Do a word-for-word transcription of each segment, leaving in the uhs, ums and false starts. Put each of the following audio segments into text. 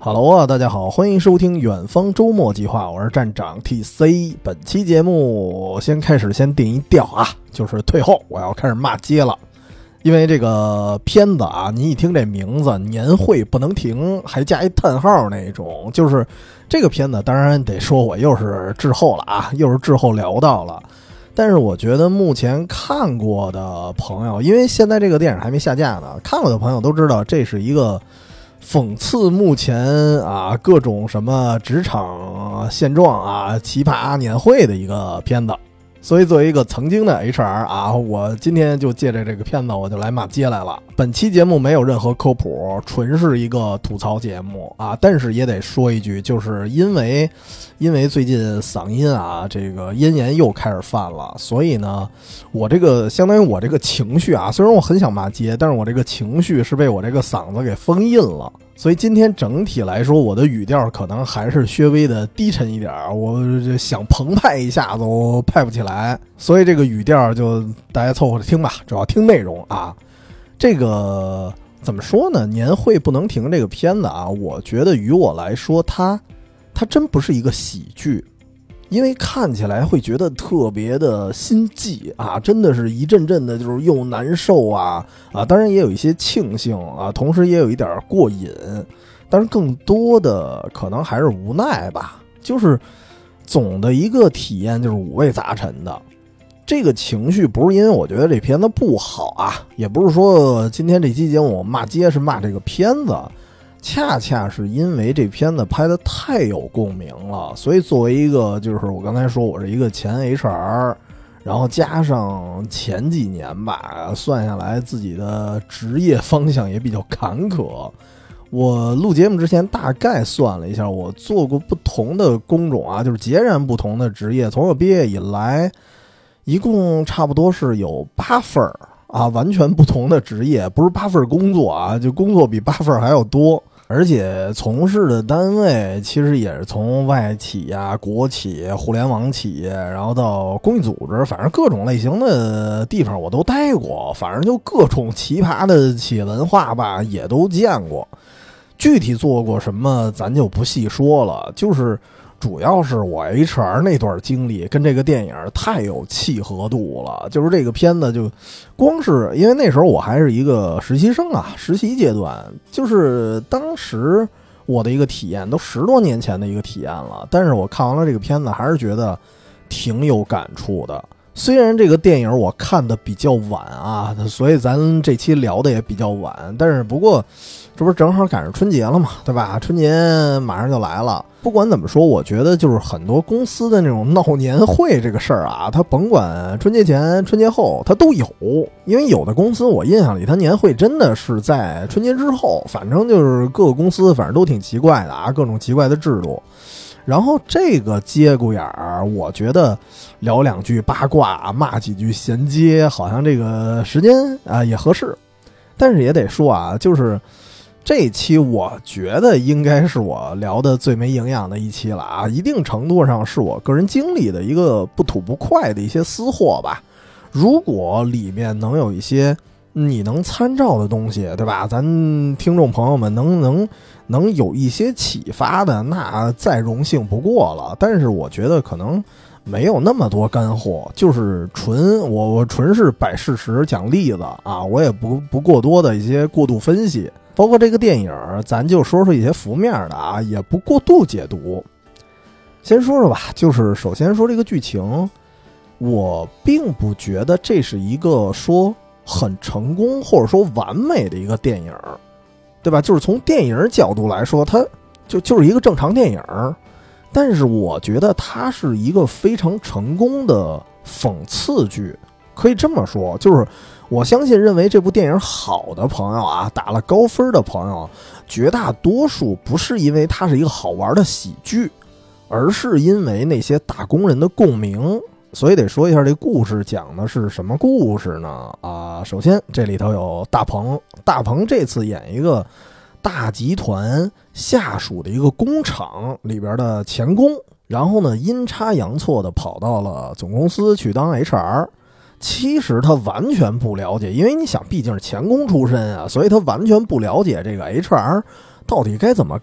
Hello 啊，大家好，欢迎收听远方周末计划，我是站长 T C。 本期节目先开始先定一调啊，就是退后我要开始骂街了。因为这个片子啊，你一听这名字年会不能停还加一叹号那种，就是这个片子当然得说我又是滞后了啊，又是滞后聊到了。但是我觉得目前看过的朋友，因为现在这个电影还没下架呢，看过的朋友都知道这是一个讽刺目前啊各种什么职场现状啊奇葩年会的一个片子。所以作为一个曾经的 H R 啊，我今天就借着这个片子我就来骂街来了。本期节目没有任何科普，纯是一个吐槽节目啊，但是也得说一句，就是因为因为最近嗓音啊这个咽炎又开始犯了，所以呢我这个相当于我这个情绪啊，虽然我很想骂街，但是我这个情绪是被我这个嗓子给封印了，所以今天整体来说我的语调可能还是稍微的低沉一点，我想澎湃一下子我派不起来，所以这个语调就大家凑合着听吧，主要听内容啊。这个怎么说呢，年会不能停这个片子啊，我觉得于我来说它它真不是一个喜剧，因为看起来会觉得特别的心悸啊，真的是一阵阵的就是又难受啊啊，当然也有一些庆幸啊，同时也有一点过瘾，但是更多的可能还是无奈吧，就是总的一个体验就是五味杂陈的。这个情绪不是因为我觉得这片子不好啊，也不是说今天这期节目我骂街是骂这个片子，恰恰是因为这片子拍的太有共鸣了，所以作为一个就是我刚才说我是一个前 H R， 然后加上前几年吧算下来自己的职业方向也比较坎坷，我录节目之前大概算了一下，我做过不同的工种啊，就是截然不同的职业，从我毕业以来一共差不多是有八份啊，完全不同的职业，不是八份工作啊，就工作比八份还要多，而且从事的单位其实也是从外企呀、国企、互联网企业，然后到公益组织，反正各种类型的地方我都待过，反正就各种奇葩的企业文化吧也都见过。具体做过什么咱就不细说了，就是主要是我 H R 那段经历跟这个电影太有契合度了，就是这个片子就光是因为那时候我还是一个实习生啊，实习阶段，就是当时我的一个体验都十多年前的一个体验了，但是我看完了这个片子还是觉得挺有感触的。虽然这个电影我看的比较晚啊，所以咱这期聊的也比较晚，但是不过这不是正好赶上春节了嘛，对吧？春节马上就来了。不管怎么说，我觉得就是很多公司的那种闹年会这个事儿啊，它甭管春节前春节后它都有，因为有的公司我印象里它年会真的是在春节之后，反正就是各个公司反正都挺奇怪的啊，各种奇怪的制度。然后这个节骨眼儿，我觉得聊两句八卦，骂几句闲街，好像这个时间啊也合适。但是也得说啊，就是这期我觉得应该是我聊的最没营养的一期了啊，一定程度上是我个人经历的一个不吐不快的一些私货吧。如果里面能有一些你能参照的东西，对吧？咱听众朋友们能能能有一些启发的，那再荣幸不过了。但是我觉得可能没有那么多干货，就是纯我我纯是摆事实讲例子啊，我也不不过多的一些过度分析。包括这个电影咱就说说一些浮面的啊，也不过度解读。先说说吧，就是首先说这个剧情，我并不觉得这是一个说很成功或者说完美的一个电影，对吧？就是从电影角度来说，它就就是一个正常电影，但是我觉得它是一个非常成功的讽刺剧，可以这么说，就是我相信认为这部电影好的朋友啊，打了高分的朋友，绝大多数不是因为它是一个好玩的喜剧，而是因为那些打工人的共鸣。所以得说一下这故事讲的是什么故事呢？啊，首先这里头有大鹏，大鹏这次演一个大集团下属的一个工厂里边的钳工，然后呢阴差阳错的跑到了总公司去当 H R。其实他完全不了解，因为你想毕竟是钳工出身啊，所以他完全不了解这个 H R 到底该怎么干。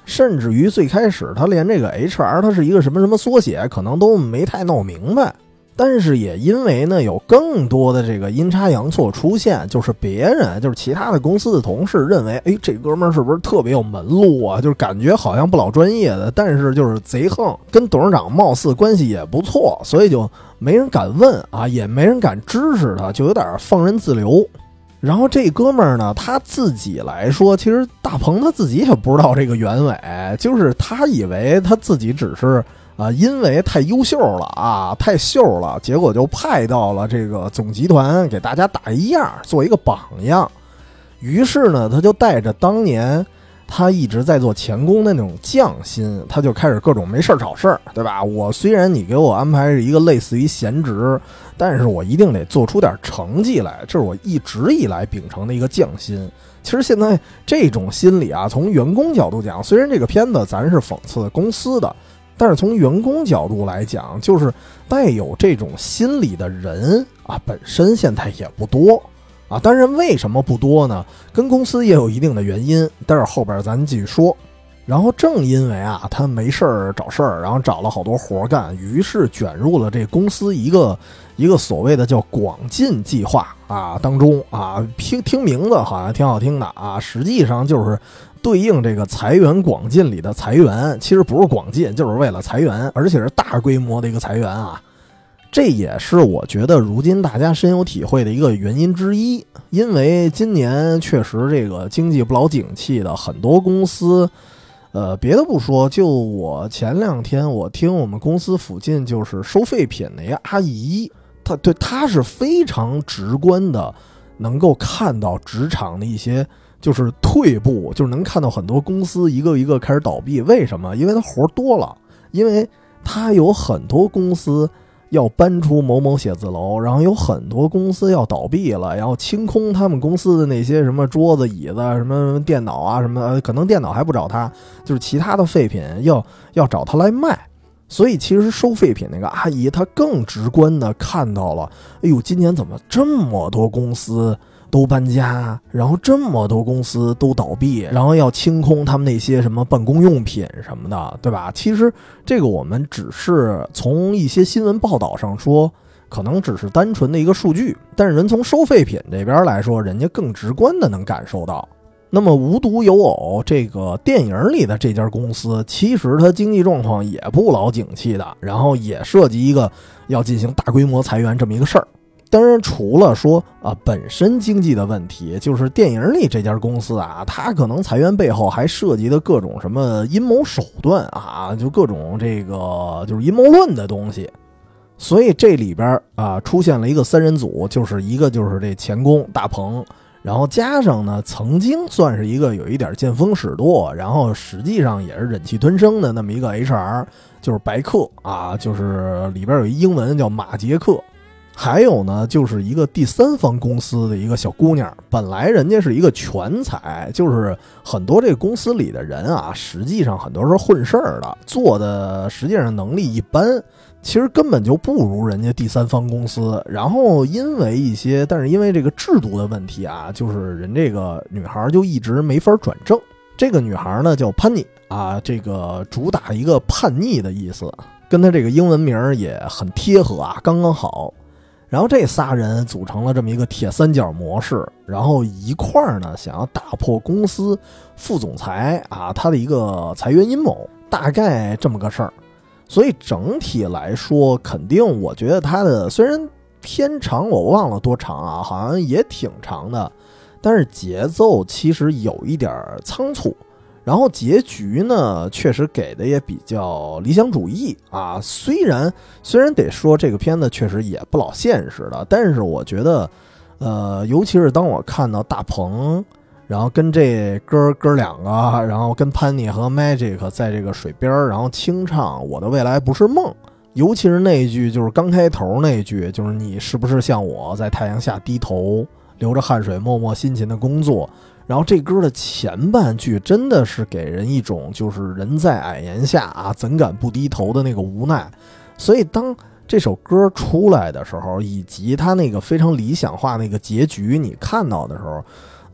甚至于最开始他连这个 H R 它是一个什么什么缩写可能都没太闹明白。但是也因为呢有更多的这个阴差阳错出现，就是别人就是其他的公司的同事认为，哎，这哥们儿是不是特别有门路啊，就是感觉好像不老专业的，但是就是贼横，跟董事长貌似关系也不错，所以就没人敢问啊，也没人敢支持他，就有点放任自流。然后这哥们儿呢，他自己来说，其实大鹏他自己也不知道这个原委，就是他以为他自己只是啊，因为太优秀了啊，太秀了，结果就派到了这个总集团给大家打一样，做一个榜样。于是呢，他就带着当年他一直在做钳工的那种匠心，他就开始各种没事找事儿，对吧？我虽然你给我安排是一个类似于闲职，但是我一定得做出点成绩来，这是我一直以来秉承的一个匠心。其实现在这种心理啊，从员工角度讲，虽然这个片子咱是讽刺公司的，但是从员工角度来讲，就是带有这种心理的人啊，本身现在也不多啊。当然为什么不多呢？跟公司也有一定的原因，但是后边咱继续说。然后正因为啊他没事儿找事儿，然后找了好多活干，于是卷入了这公司一个一个所谓的叫广进计划啊当中啊，听听名字好像挺好听的啊，实际上就是对应这个裁员广进里的裁员，其实不是广进，就是为了裁员，而且是大规模的一个裁员啊。这也是我觉得如今大家深有体会的一个原因之一，因为今年确实这个经济不老景气的，很多公司呃，别的不说，就我前两天我听我们公司附近就是收废品的一个阿姨，她对她是非常直观的能够看到职场的一些就是退步，就是能看到很多公司一个一个开始倒闭。为什么？因为她活多了，因为她有很多公司要搬出某某写字楼，然后有很多公司要倒闭了，然后清空他们公司的那些什么桌子椅子什么电脑啊什么，可能电脑还不找他，就是其他的废品要要找他来卖。所以其实收废品那个阿姨她更直观的看到了，哎呦，今年怎么这么多公司都搬家，然后这么多公司都倒闭，然后要清空他们那些什么办公用品什么的，对吧？其实这个我们只是从一些新闻报道上说，可能只是单纯的一个数据，但是人从收废品这边来说，人家更直观的能感受到。那么无独有偶，这个电影里的这家公司其实它经济状况也不老景气的，然后也涉及一个要进行大规模裁员这么一个事儿。当然除了说啊本身经济的问题，就是电影里这家公司啊，它可能裁员背后还涉及的各种什么阴谋手段啊，就各种这个就是阴谋论的东西。所以这里边啊出现了一个三人组，就是一个就是这钳工大鹏，然后加上呢曾经算是一个有一点见风使舵，然后实际上也是忍气吞声的那么一个 H R， 就是白客啊，就是里边有一英文叫马杰克。还有呢就是一个第三方公司的一个小姑娘，本来人家是一个全才，就是很多这个公司里的人啊，实际上很多是混事儿的，做的实际上能力一般，其实根本就不如人家第三方公司。然后因为一些但是因为这个制度的问题啊，就是人这个女孩就一直没法转正。这个女孩呢叫潘妮啊，这个主打一个叛逆的意思，跟她这个英文名也很贴合啊，刚刚好。然后这仨人组成了这么一个铁三角模式，然后一块儿呢想要打破公司副总裁啊他的一个裁员阴谋，大概这么个事儿。所以整体来说，肯定我觉得他的虽然片长我忘了多长啊，好像也挺长的，但是节奏其实有一点仓促。然后结局呢确实给的也比较理想主义啊，虽然虽然得说这个片子确实也不老现实的，但是我觉得呃，尤其是当我看到大鹏然后跟这哥哥两个，然后跟潘妮和 Magic 在这个水边然后清唱我的未来不是梦，尤其是那一句就是刚开头那一句，就是你是不是像我在太阳下低头流着汗水默默辛勤的工作。然后这歌的前半句真的是给人一种就是人在矮檐下啊怎敢不低头的那个无奈。所以当这首歌出来的时候，以及他那个非常理想化那个结局你看到的时候，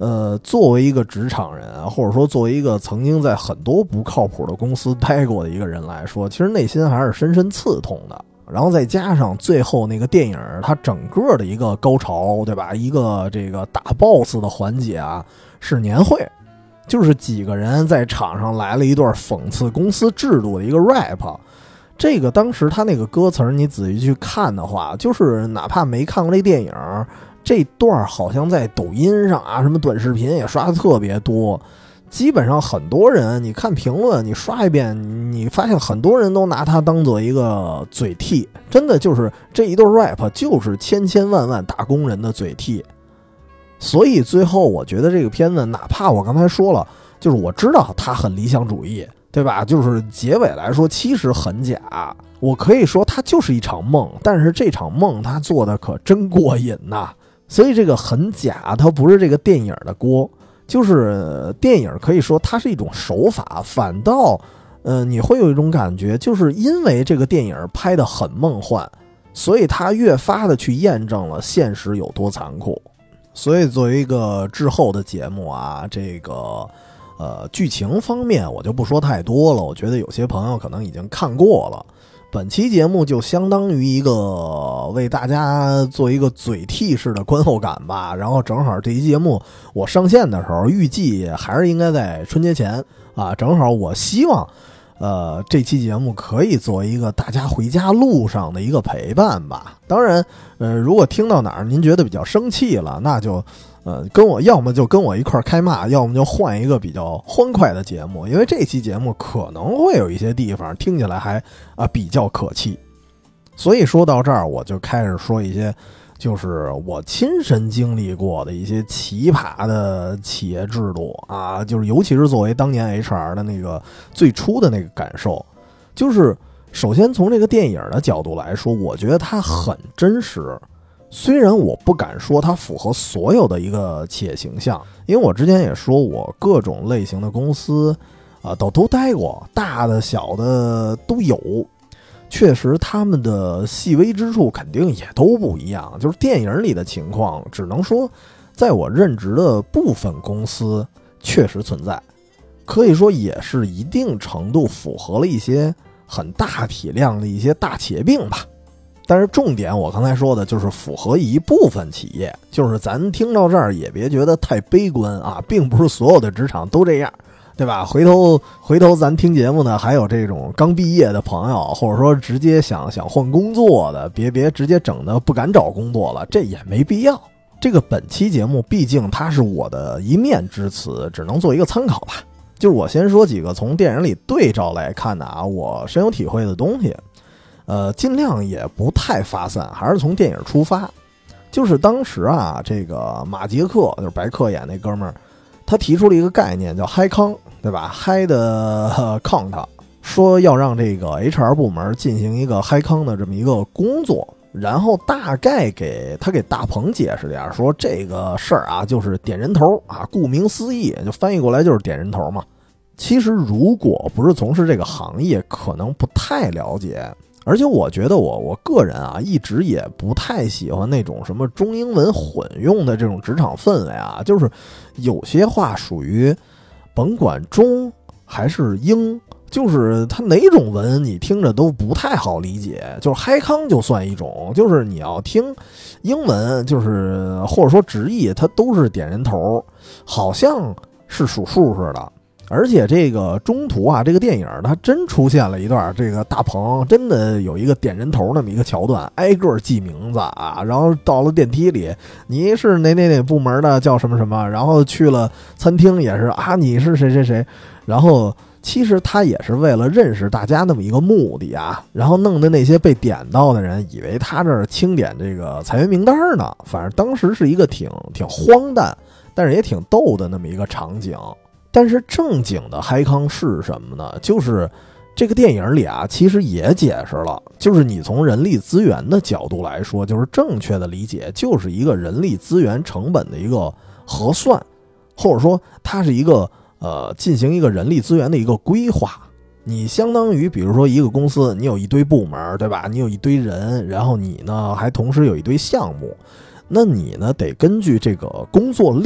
呃，作为一个职场人啊，或者说作为一个曾经在很多不靠谱的公司待过的一个人来说，其实内心还是深深刺痛的。然后再加上最后那个电影它整个的一个高潮，对吧？一个这个打 boss 的环节啊，是年会，就是几个人在场上来了一段讽刺公司制度的一个 rap。这个当时他那个歌词你仔细去看的话，就是哪怕没看过这电影，这段好像在抖音上啊，什么短视频也刷的特别多。基本上很多人，你看评论，你刷一遍，你发现很多人都拿它当做一个嘴替，真的就是这一段 rap 就是千千万万打工人的嘴替。所以最后我觉得这个片子，哪怕我刚才说了，就是我知道它很理想主义，对吧？就是结尾来说其实很假，我可以说它就是一场梦，但是这场梦它做的可真过瘾呐。所以这个很假，它不是这个电影的锅。就是电影可以说它是一种手法，反倒呃你会有一种感觉，就是因为这个电影拍得很梦幻，所以它越发的去验证了现实有多残酷。所以作为一个滞后的节目啊，这个呃剧情方面我就不说太多了，我觉得有些朋友可能已经看过了。本期节目就相当于一个为大家做一个嘴替式的观后感吧，然后正好这期节目我上线的时候预计还是应该在春节前啊，正好我希望呃这期节目可以作为一个大家回家路上的一个陪伴吧。当然呃如果听到哪儿您觉得比较生气了，那就呃，跟我要么就跟我一块开骂，要么就换一个比较欢快的节目，因为这期节目可能会有一些地方听起来还啊比较可气。所以说到这儿，我就开始说一些就是我亲身经历过的一些奇葩的企业制度啊，就是尤其是作为当年 H R 的那个最初的那个感受。就是首先从这个电影的角度来说，我觉得它很真实。虽然我不敢说它符合所有的一个企业形象，因为我之前也说我各种类型的公司啊都都待过，大的小的都有，确实他们的细微之处肯定也都不一样。就是电影里的情况，只能说在我任职的部分公司确实存在，可以说也是一定程度符合了一些很大体量的一些大企业病吧。但是重点我刚才说的就是符合一部分企业，就是咱听到这儿也别觉得太悲观啊，并不是所有的职场都这样，对吧？回头回头咱听节目呢，还有这种刚毕业的朋友，或者说直接想想换工作的，别别直接整的不敢找工作了，这也没必要。这个本期节目毕竟它是我的一面之词，只能做一个参考吧。就是我先说几个从电影里对照来看的啊，我深有体会的东西。呃，尽量也不太发散，还是从电影出发。就是当时啊，这个马杰克就是白客演那哥们儿，他提出了一个概念叫嗨康，对吧？嗨的 count， 说要让这个 H R 部门进行一个嗨康的这么一个工作，然后大概给他给大鹏解释点，说这个事儿啊就是点人头啊，顾名思义就翻译过来就是点人头嘛。其实如果不是从事这个行业，可能不太了解。而且我觉得我我个人啊，一直也不太喜欢那种什么中英文混用的这种职场氛围啊，就是有些话属于甭管中还是英，就是它哪种文你听着都不太好理解。就是嗨康就算一种，就是你要听英文，就是或者说直译，它都是点人头，好像是数数似的。而且这个中途啊，这个电影它真出现了一段，这个大鹏真的有一个点人头那么一个桥段，挨个记名字啊，然后到了电梯里，你是哪哪哪部门的，叫什么什么，然后去了餐厅也是啊，你是谁谁谁，然后其实他也是为了认识大家那么一个目的啊，然后弄得那些被点到的人以为他这儿清点这个裁员名单呢，反正当时是一个挺挺荒诞，但是也挺逗的那么一个场景。但是正经的嗨康是什么呢？就是这个电影里啊，其实也解释了，就是你从人力资源的角度来说，就是正确的理解就是一个人力资源成本的一个核算，或者说它是一个呃进行一个人力资源的一个规划。你相当于比如说一个公司，你有一堆部门，对吧？你有一堆人，然后你呢还同时有一堆项目，那你呢得根据这个工作量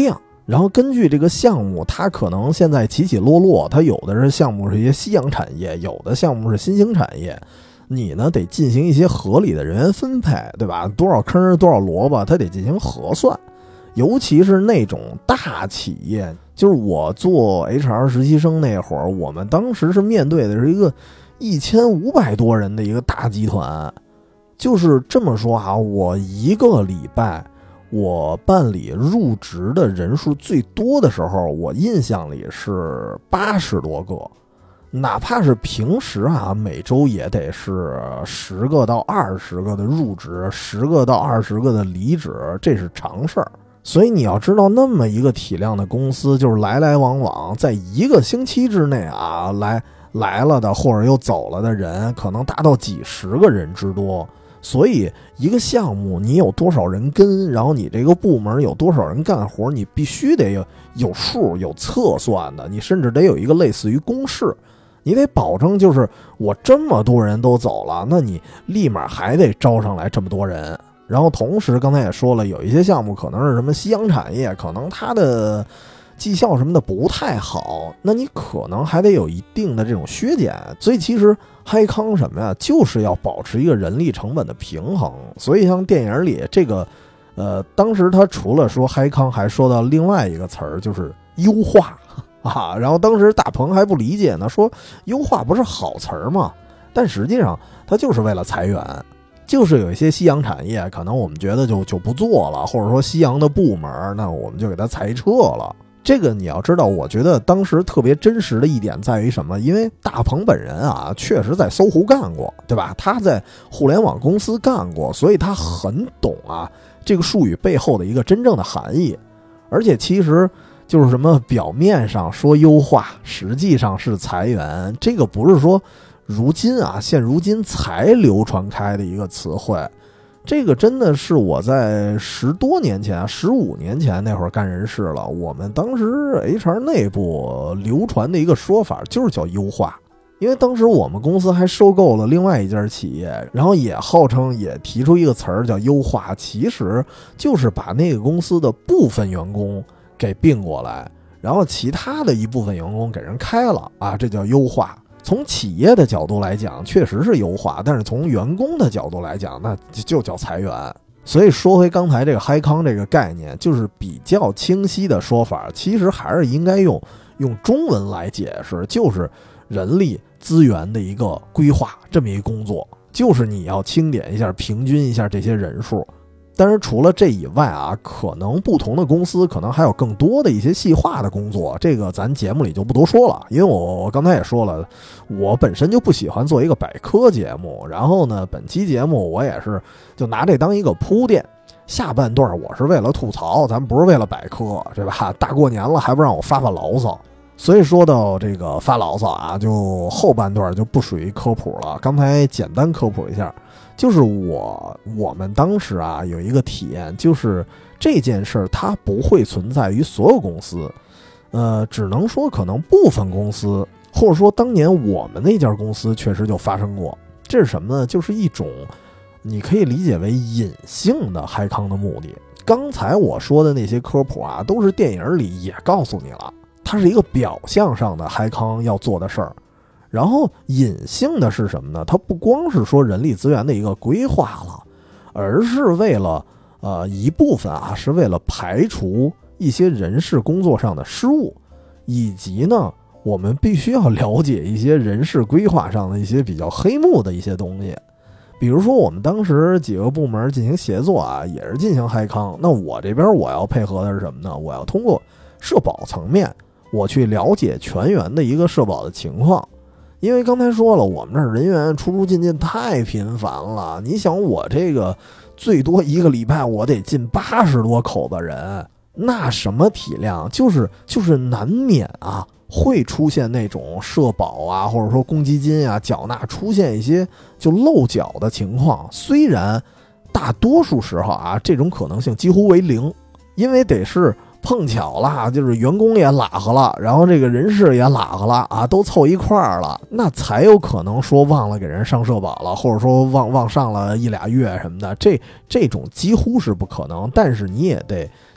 然后根据这个项目，它可能现在起起落落，它有的是项目是一些夕阳产业，有的项目是新兴产业，你呢得进行一些合理的人员分配，对吧？多少坑多少萝卜，它得进行核算。尤其是那种大企业，就是我做 H R 实习生那会儿，我们当时是面对的是一个一千五百多人的一个大集团。就是这么说啊，我一个礼拜我办理入职的人数最多的时候，我印象里是八十多个，哪怕是平时啊，每周也得是十个到二十个的入职，十个到二十个的离职，这是常事儿。所以你要知道，那么一个体量的公司，就是来来往往，在一个星期之内啊，来来了的或者又走了的人，可能达到几十个人之多。所以一个项目你有多少人跟，然后你这个部门有多少人干活，你必须得有有数有测算的，你甚至得有一个类似于公式，你得保证就是我这么多人都走了，那你立马还得招上来这么多人。然后同时刚才也说了，有一些项目可能是什么夕阳产业，可能它的绩效什么的不太好，那你可能还得有一定的这种削减。所以其实嗨康什么呀，就是要保持一个人力成本的平衡。所以像电影里这个呃，当时他除了说嗨康，还说到另外一个词儿，就是优化啊。然后当时大鹏还不理解呢，说优化不是好词儿吗？但实际上它就是为了裁员。就是有一些夕阳产业，可能我们觉得就就不做了，或者说夕阳的部门，那我们就给它裁撤了。这个你要知道，我觉得当时特别真实的一点在于什么？因为大鹏本人啊，确实在搜狐干过，对吧？他在互联网公司干过，所以他很懂啊这个术语背后的一个真正的含义。而且其实就是什么表面上说优化，实际上是裁员，这个不是说如今啊，现如今才流传开的一个词汇，这个真的是我在十多年前、十五年前那会儿干人事了。我们当时 H R 内部流传的一个说法就是叫优化，因为当时我们公司还收购了另外一家企业，然后也号称也提出一个词儿叫优化，其实就是把那个公司的部分员工给并过来，然后其他的一部分员工给人开了啊，这叫优化。从企业的角度来讲确实是优化，但是从员工的角度来讲那就叫裁员。所以说回刚才这个嗨康这个概念，就是比较清晰的说法，其实还是应该用用中文来解释，就是人力资源的一个规划，这么一个工作，就是你要清点一下，平均一下这些人数。但是除了这以外啊，可能不同的公司可能还有更多的一些细化的工作，这个咱节目里就不多说了。因为我我刚才也说了，我本身就不喜欢做一个百科节目，然后呢本期节目我也是就拿这当一个铺垫，下半段我是为了吐槽，咱不是为了百科，对吧？大过年了还不让我发发牢骚。所以说到这个发牢骚啊，就后半段就不属于科普了，刚才简单科普一下。就是我我们当时啊有一个体验，就是这件事儿它不会存在于所有公司，呃，只能说可能部分公司，或者说当年我们那家公司确实就发生过。这是什么呢？就是一种你可以理解为隐性的嗨康的目的。刚才我说的那些科普啊，都是电影里也告诉你了，它是一个表象上的嗨康要做的事儿。然后隐性的是什么呢？它不光是说人力资源的一个规划了，而是为了呃一部分啊，是为了排除一些人事工作上的失误，以及呢，我们必须要了解一些人事规划上的一些比较黑幕的一些东西。比如说我们当时几个部门进行协作啊，也是进行嗨康。那我这边我要配合的是什么呢？我要通过社保层面，我去了解全员的一个社保的情况。因为刚才说了，我们这儿人员出出进进太频繁了。你想我这个最多一个礼拜我得进八十多口的人，那什么体量，就是就是难免啊会出现那种社保啊或者说公积金啊缴纳出现一些就漏缴的情况。虽然大多数时候啊这种可能性几乎为零，因为得是碰巧了，就是员工也拉合了，然后这个人事也拉合了啊，都凑一块儿了，那才有可能说忘了给人上社保了，或者说忘忘上了一俩月什么的，这这种几乎是不可能。但是你也得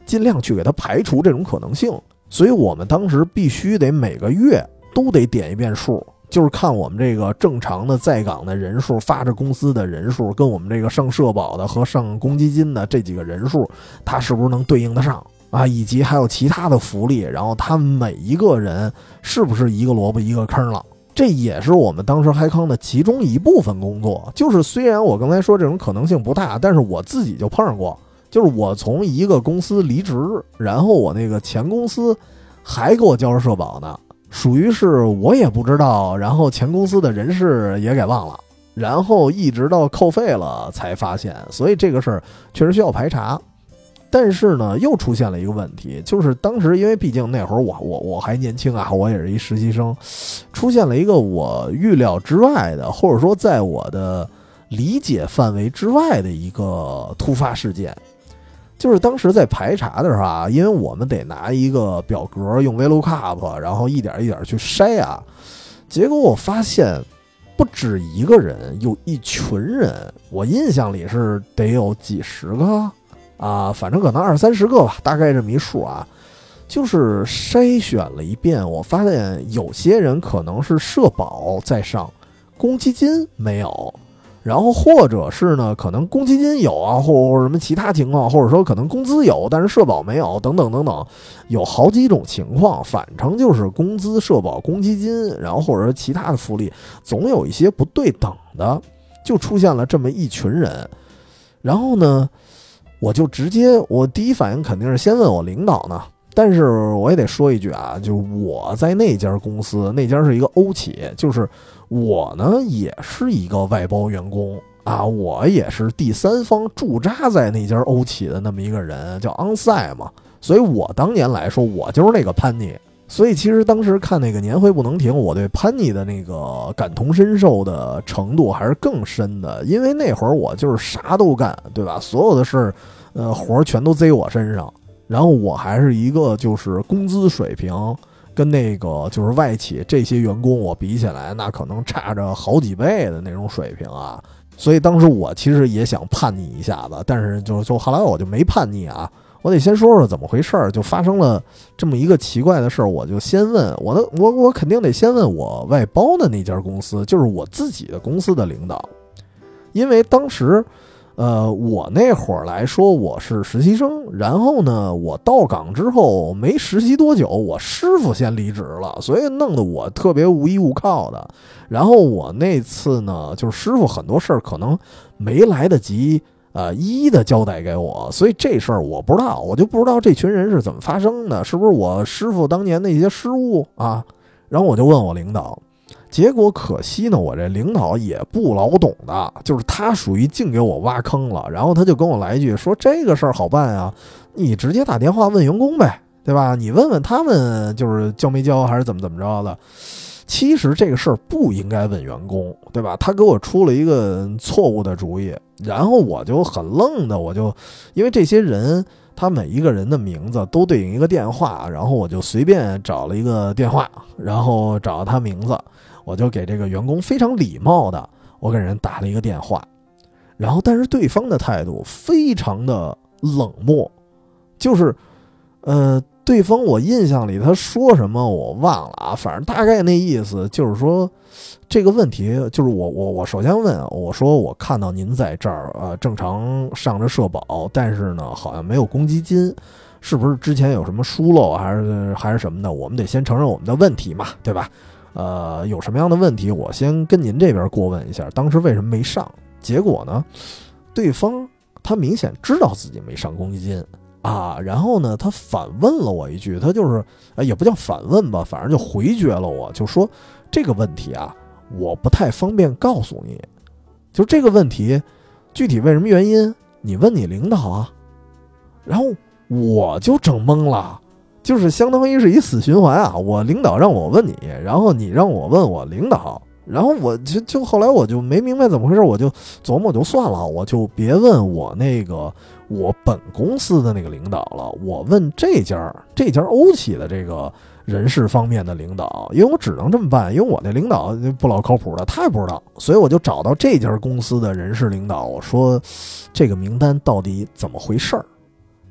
尽量去给它排除这种可能性。所以我们当时必须得每个月都得点一遍数，就是看我们这个正常的在岗的人数，发着工资的人数，跟我们这个上社保的和上公积金的这几个人数，它是不是能对应得上啊？以及还有其他的福利，然后他每一个人是不是一个萝卜一个坑了？这也是我们当时嗨康的其中一部分工作。就是虽然我刚才说这种可能性不大，但是我自己就碰上过。就是我从一个公司离职，然后我那个前公司还给我交着社保呢，属于是我也不知道，然后前公司的人事也给忘了，然后一直到扣费了才发现，所以这个事儿确实需要排查。但是呢，又出现了一个问题，就是当时因为毕竟那会儿我我我还年轻啊，我也是一实习生，出现了一个我预料之外的，或者说在我的理解范围之外的一个突发事件。就是当时在排查的时候啊，因为我们得拿一个表格用 VLOOKUP， 然后一点一点去筛啊，结果我发现不止一个人，有一群人，我印象里是得有几十个啊，反正可能二三十个吧，大概这么一数啊。就是筛选了一遍，我发现有些人可能是社保在上，公积金没有。然后或者是呢，可能公积金有啊，或者什么其他情况，或者说可能工资有，但是社保没有，等等等等，有好几种情况。反正就是工资、社保、公积金，然后或者说其他的福利，总有一些不对等的，就出现了这么一群人。然后呢，我就直接，我第一反应肯定是先问我领导呢。但是我也得说一句啊，就是我在那家公司，那家是一个欧企，就是我呢也是一个外包员工啊，我也是第三方驻扎在那家欧企的那么一个人，叫 onsite 嘛，所以我当年来说，我就是那个潘妮。所以其实当时看那个年会不能停，我对潘妮的那个感同身受的程度还是更深的，因为那会儿我就是啥都干，对吧？所有的事呃活全都贼我身上。然后我还是一个就是工资水平跟那个就是外企这些员工我比起来，那可能差着好几倍的那种水平啊。所以当时我其实也想叛逆一下子，但是就就后来我就没叛逆啊。我得先说说怎么回事，就发生了这么一个奇怪的事儿。我就先问我的，我我肯定得先问我外包的那家公司，就是我自己的公司的领导，因为当时。呃，我那会儿来说我是实习生，然后呢，我到岗之后没实习多久，我师傅先离职了，所以弄得我特别无依无靠的。然后我那次呢，就是师傅很多事儿可能没来得及呃一一的交代给我，所以这事儿我不知道，我就不知道这群人是怎么发生的，是不是我师傅当年的一些失误啊？然后我就问我领导。结果可惜呢，我这领导也不老懂的，就是他属于净给我挖坑了。然后他就跟我来一句说：“这个事儿好办啊，你直接打电话问员工呗，对吧？你问问他们就是交没交还是怎么怎么着的。”其实这个事儿不应该问员工，对吧？他给我出了一个错误的主意，然后我就很愣的，我就因为这些人他每一个人的名字都对应一个电话，然后我就随便找了一个电话，然后找到他名字。我就给这个员工非常礼貌的，我给人打了一个电话，然后但是对方的态度非常的冷漠，就是，呃，对方我印象里他说什么我忘了啊，反正大概那意思就是说，这个问题就是我我我首先问我说我看到您在这儿呃正常上着社保，但是呢好像没有公积金，是不是之前有什么疏漏还是还是什么的？我们得先承认我们的问题嘛，对吧？呃，有什么样的问题，我先跟您这边过问一下，当时为什么没上？结果呢，对方他明显知道自己没上公积金啊，然后呢，他反问了我一句，他就是，呃，也不叫反问吧，反正就回绝了我，就说这个问题啊，我不太方便告诉你，就这个问题具体为什么原因，你问你领导啊。然后我就整懵了。就是相当于是一死循环啊！我领导让我问你，然后你让我问我领导，然后我就就后来我就没明白怎么回事，我就琢磨就算了，我就别问我那个我本公司的那个领导了，我问这家这家欧企的这个人事方面的领导，因为我只能这么办，因为我那领导不老靠谱的，他也不知道，所以我就找到这家公司的人事领导，我说这个名单到底怎么回事儿？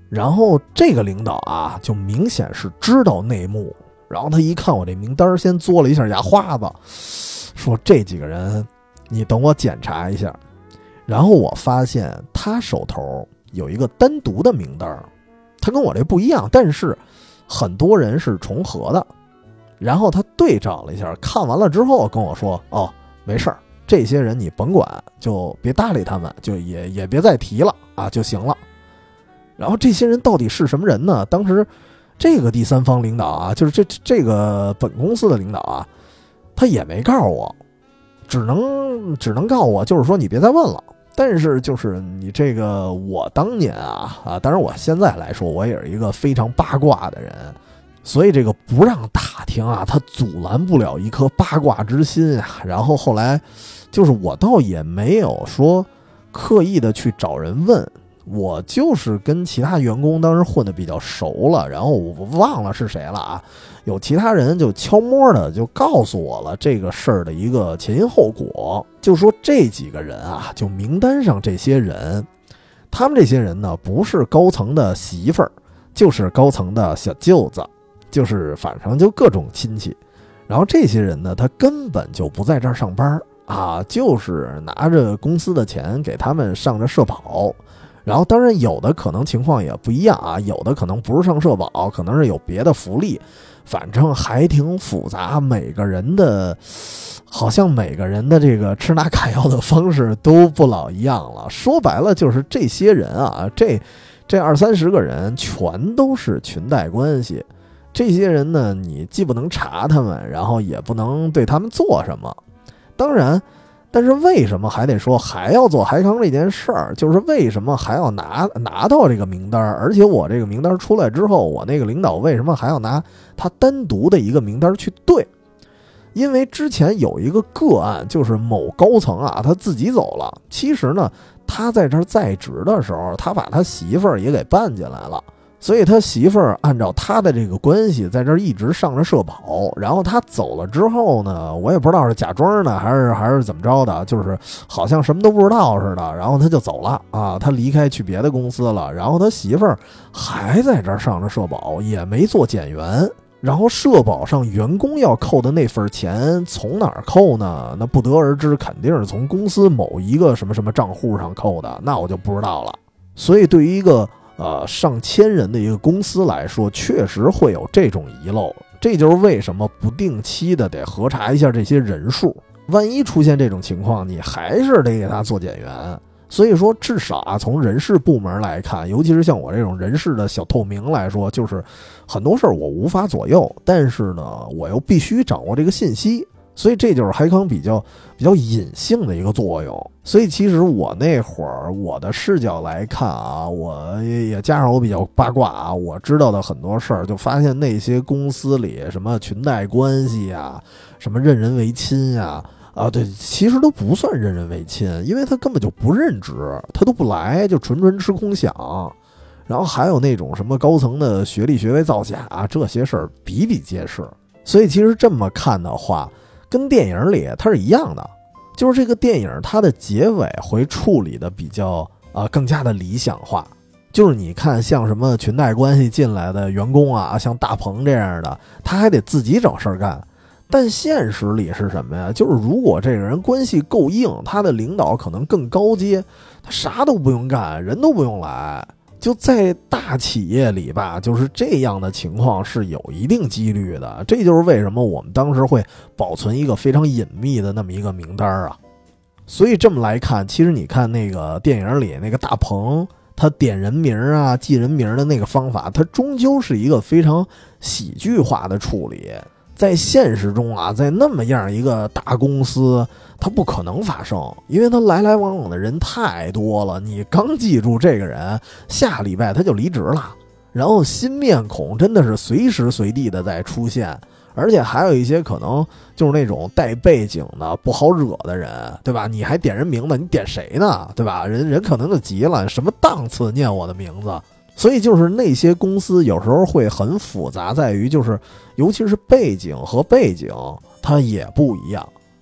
然后这个领导啊，就明显是知道内幕，然后他一看我这名单，先嘬了一下牙花子，说这几个人你等我检查一下。然后我发现他手头有一个单独的名单，他跟我这不一样，但是很多人是重合的。然后他对照了一下，看完了之后跟我说，哦，没事儿，这些人你甭管，就别搭理他们，就也也别再提了啊就行了。然后这些人到底是什么人呢？当时这个第三方领导啊，就是这这个本公司的领导啊，他也没告诉我，只能只能告诉我，就是说你别再问了。但是就是你这个，我当年啊啊，当然我现在来说，我也是一个非常八卦的人，所以这个不让打听啊，他阻拦不了一颗八卦之心啊。然后后来就是我倒也没有说刻意的去找人问。我就是跟其他员工当时混得比较熟了，然后我忘了是谁了啊，有其他人就悄摸的就告诉我了这个事儿的一个前因后果，就说这几个人啊，就名单上这些人，他们这些人呢，不是高层的媳妇儿，就是高层的小舅子，就是反正就各种亲戚。然后这些人呢，他根本就不在这儿上班啊，就是拿着公司的钱给他们上着社保。然后当然有的可能情况也不一样啊，有的可能不是上社保，可能是有别的福利，反正还挺复杂，每个人的好像每个人的这个吃拿卡要的方式都不老一样了。说白了就是这些人啊，这这二三十个人全都是裙带关系。这些人呢，你既不能查他们，然后也不能对他们做什么。当然但是为什么还得说还要做海康这件事儿？就是为什么还要拿拿到这个名单？而且我这个名单出来之后，我那个领导为什么还要拿他单独的一个名单去对？因为之前有一个个案，就是某高层啊，他自己走了。其实呢，他在这儿在职的时候，他把他媳妇儿也给办进来了。所以他媳妇儿按照他的这个关系在这儿一直上着社保，然后他走了之后呢，我也不知道是假装呢还是还是怎么着的，就是好像什么都不知道似的，然后他就走了啊，他离开去别的公司了，然后他媳妇儿还在这儿上着社保，也没做减员。然后社保上员工要扣的那份钱从哪儿扣呢？那不得而知，肯定是从公司某一个什么什么账户上扣的，那我就不知道了。所以对于一个呃，上千人的一个公司来说，确实会有这种遗漏，这就是为什么不定期的得核查一下这些人数，万一出现这种情况，你还是得给他做减员。所以说，至少啊，从人事部门来看，尤其是像我这种人事的小透明来说，就是很多事儿我无法左右，但是呢，我又必须掌握这个信息。所以这就是海康比较比较隐性的一个作用。所以其实我那会儿我的视角来看啊，我也加上我比较八卦啊，我知道的很多事儿，就发现那些公司里什么裙带关系啊，什么任人唯亲啊，啊对，其实都不算任人唯亲，因为他根本就不任职，他都不来，就纯纯吃空饷。然后还有那种什么高层的学历学位造假啊，这些事儿比比皆是。所以其实这么看的话，跟电影里它是一样的，就是这个电影它的结尾会处理的比较啊、呃、更加的理想化。就是你看像什么裙带关系进来的员工啊，像大鹏这样的，他还得自己找事儿干。但现实里是什么呀？就是如果这个人关系够硬，他的领导可能更高阶，他啥都不用干，人都不用来。就在大企业里吧，就是这样的情况是有一定几率的。这就是为什么我们当时会保存一个非常隐秘的那么一个名单啊。所以这么来看，其实你看那个电影里那个大鹏，他点人名啊、记人名的那个方法，他终究是一个非常喜剧化的处理。在现实中啊，在那么样一个大公司，它不可能发生，因为它来来往往的人太多了。你刚记住这个人，下礼拜他就离职了，然后新面孔真的是随时随地的在出现，而且还有一些可能就是那种带背景的不好惹的人，对吧？你还点人名字，你点谁呢？对吧？人人可能就急了，什么档次念我的名字？所以就是那些公司有时候会很复杂，在于就是尤其是背景和背景它也不一样。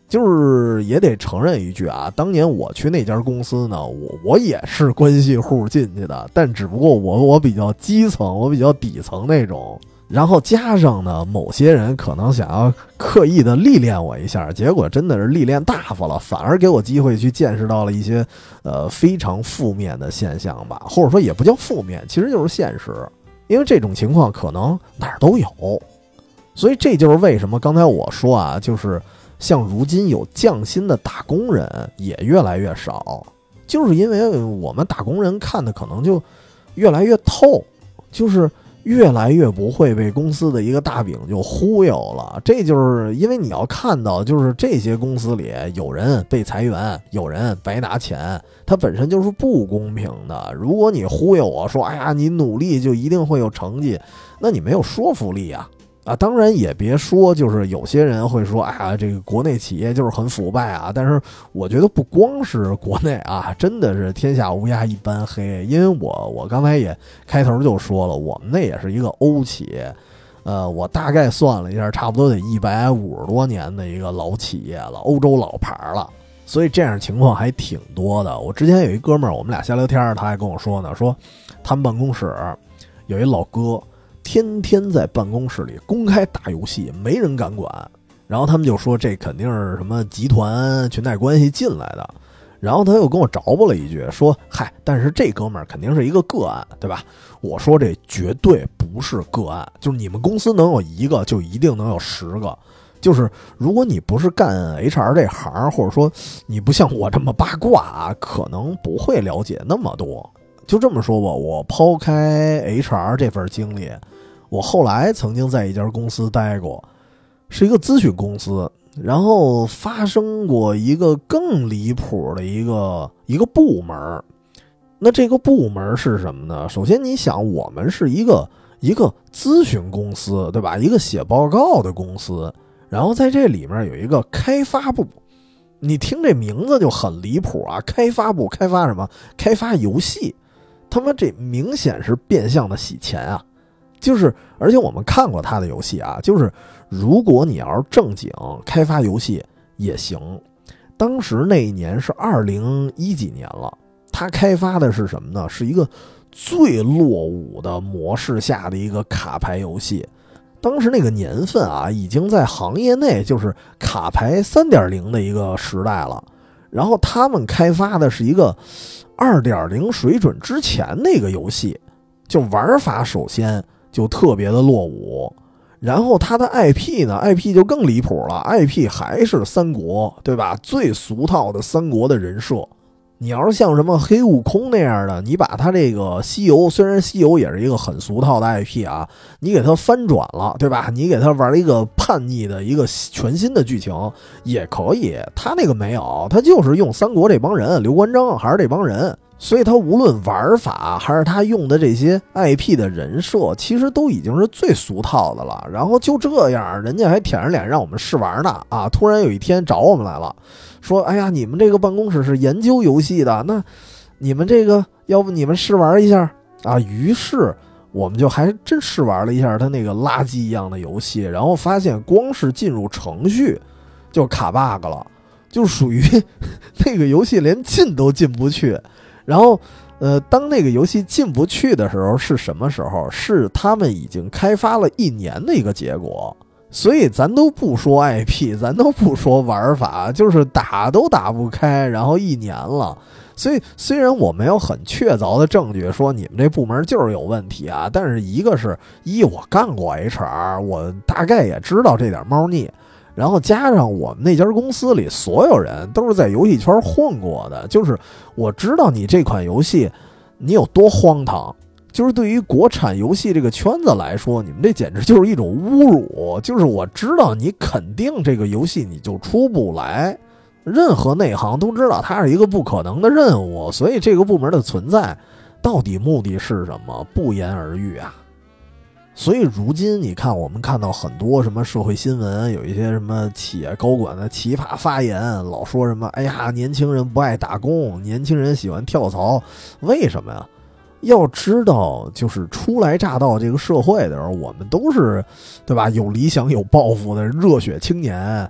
就是也得承认一句啊，当年我去那家公司呢，我我也是关系户进去的，但只不过我我比较基层，我比较底层那种。然后加上呢，某些人可能想要刻意的历练我一下，结果真的是历练大发了，反而给我机会去见识到了一些呃非常负面的现象吧，或者说也不叫负面，其实就是现实。因为这种情况可能哪儿都有，所以这就是为什么刚才我说啊，就是像如今有降薪的打工人也越来越少，就是因为我们打工人看的可能就越来越透，就是越来越不会被公司的一个大饼就忽悠了。这就是因为你要看到，就是这些公司里有人被裁员，有人白拿钱，它本身就是不公平的。如果你忽悠我说，哎呀，你努力就一定会有成绩，那你没有说服力啊。啊，当然也别说，就是有些人会说，哎呀，这个国内企业就是很腐败啊。但是我觉得不光是国内啊，真的是天下乌鸦一般黑。因为我我刚才也开头就说了，我们那也是一个欧企业，呃，我大概算了一下，差不多得一百五十多年的一个老企业了，欧洲老牌了。所以这样情况还挺多的。我之前有一哥们儿，我们俩瞎聊天，他还跟我说呢，说他们办公室有一老哥，天天在办公室里公开打游戏，没人敢管。然后他们就说这肯定是什么集团裙带关系进来的。然后他又跟我着补了一句，说嗨，但是这哥们儿肯定是一个个案，对吧？我说这绝对不是个案，就是你们公司能有一个，就一定能有十个。就是如果你不是干 H R 这行，或者说你不像我这么八卦啊，可能不会了解那么多。就这么说吧，我抛开 H R 这份经历，我后来曾经在一家公司待过，是一个咨询公司，然后发生过一个更离谱的一个一个部门。那这个部门是什么呢？首先你想，我们是一个一个咨询公司，对吧？一个写报告的公司，然后在这里面有一个开发部。你听这名字就很离谱啊，开发部开发什么？开发游戏。他妈这明显是变相的洗钱啊！就是，而且我们看过他的游戏啊，就是如果你要是正经开发游戏也行。当时那一年是二零一几年了，他开发的是什么呢？是一个最落伍的模式下的一个卡牌游戏。当时那个年份啊，已经在行业内就是卡牌 三点零 的一个时代了。然后他们开发的是一个二点零 水准之前那个游戏，就玩法首先就特别的落伍，然后它的 I P 呢 I P 就更离谱了， I P 还是三国，对吧？最俗套的三国的人设。你要是像什么黑悟空那样的，你把它这个西游，虽然西游也是一个很俗套的 I P 啊，你给它翻转了，对吧？你给它玩了一个叛逆的一个全新的剧情也可以。他那个没有，他就是用三国这帮人，刘关张还是这帮人，所以他无论玩法还是他用的这些 I P 的人设，其实都已经是最俗套的了。然后就这样，人家还舔着脸让我们试玩呢啊！突然有一天找我们来了。说哎呀，你们这个办公室是研究游戏的，那你们这个要不你们试玩一下啊？于是我们就还真试玩了一下他那个垃圾一样的游戏，然后发现光是进入程序就卡 bug 了，就属于那个游戏连进都进不去。然后呃，当那个游戏进不去的时候是什么时候？是他们已经开发了一年的一个结果。所以咱都不说 I P， 咱都不说玩法，就是打都打不开，然后一年了。所以虽然我没有很确凿的证据说你们这部门就是有问题啊，但是一个是一我干过 H R， 我大概也知道这点猫腻，然后加上我们那家公司里所有人都是在游戏圈混过的，就是我知道你这款游戏你有多荒唐。就是对于国产游戏这个圈子来说，你们这简直就是一种侮辱。就是我知道你肯定这个游戏你就出不来，任何内行都知道它是一个不可能的任务，所以这个部门的存在到底目的是什么，不言而喻啊。所以如今你看，我们看到很多什么社会新闻，有一些什么企业高管的奇葩发言，老说什么哎呀，年轻人不爱打工，年轻人喜欢跳槽，为什么呀？要知道，就是初来乍到这个社会的时候，我们都是，对吧？有理想、有抱负的热血青年。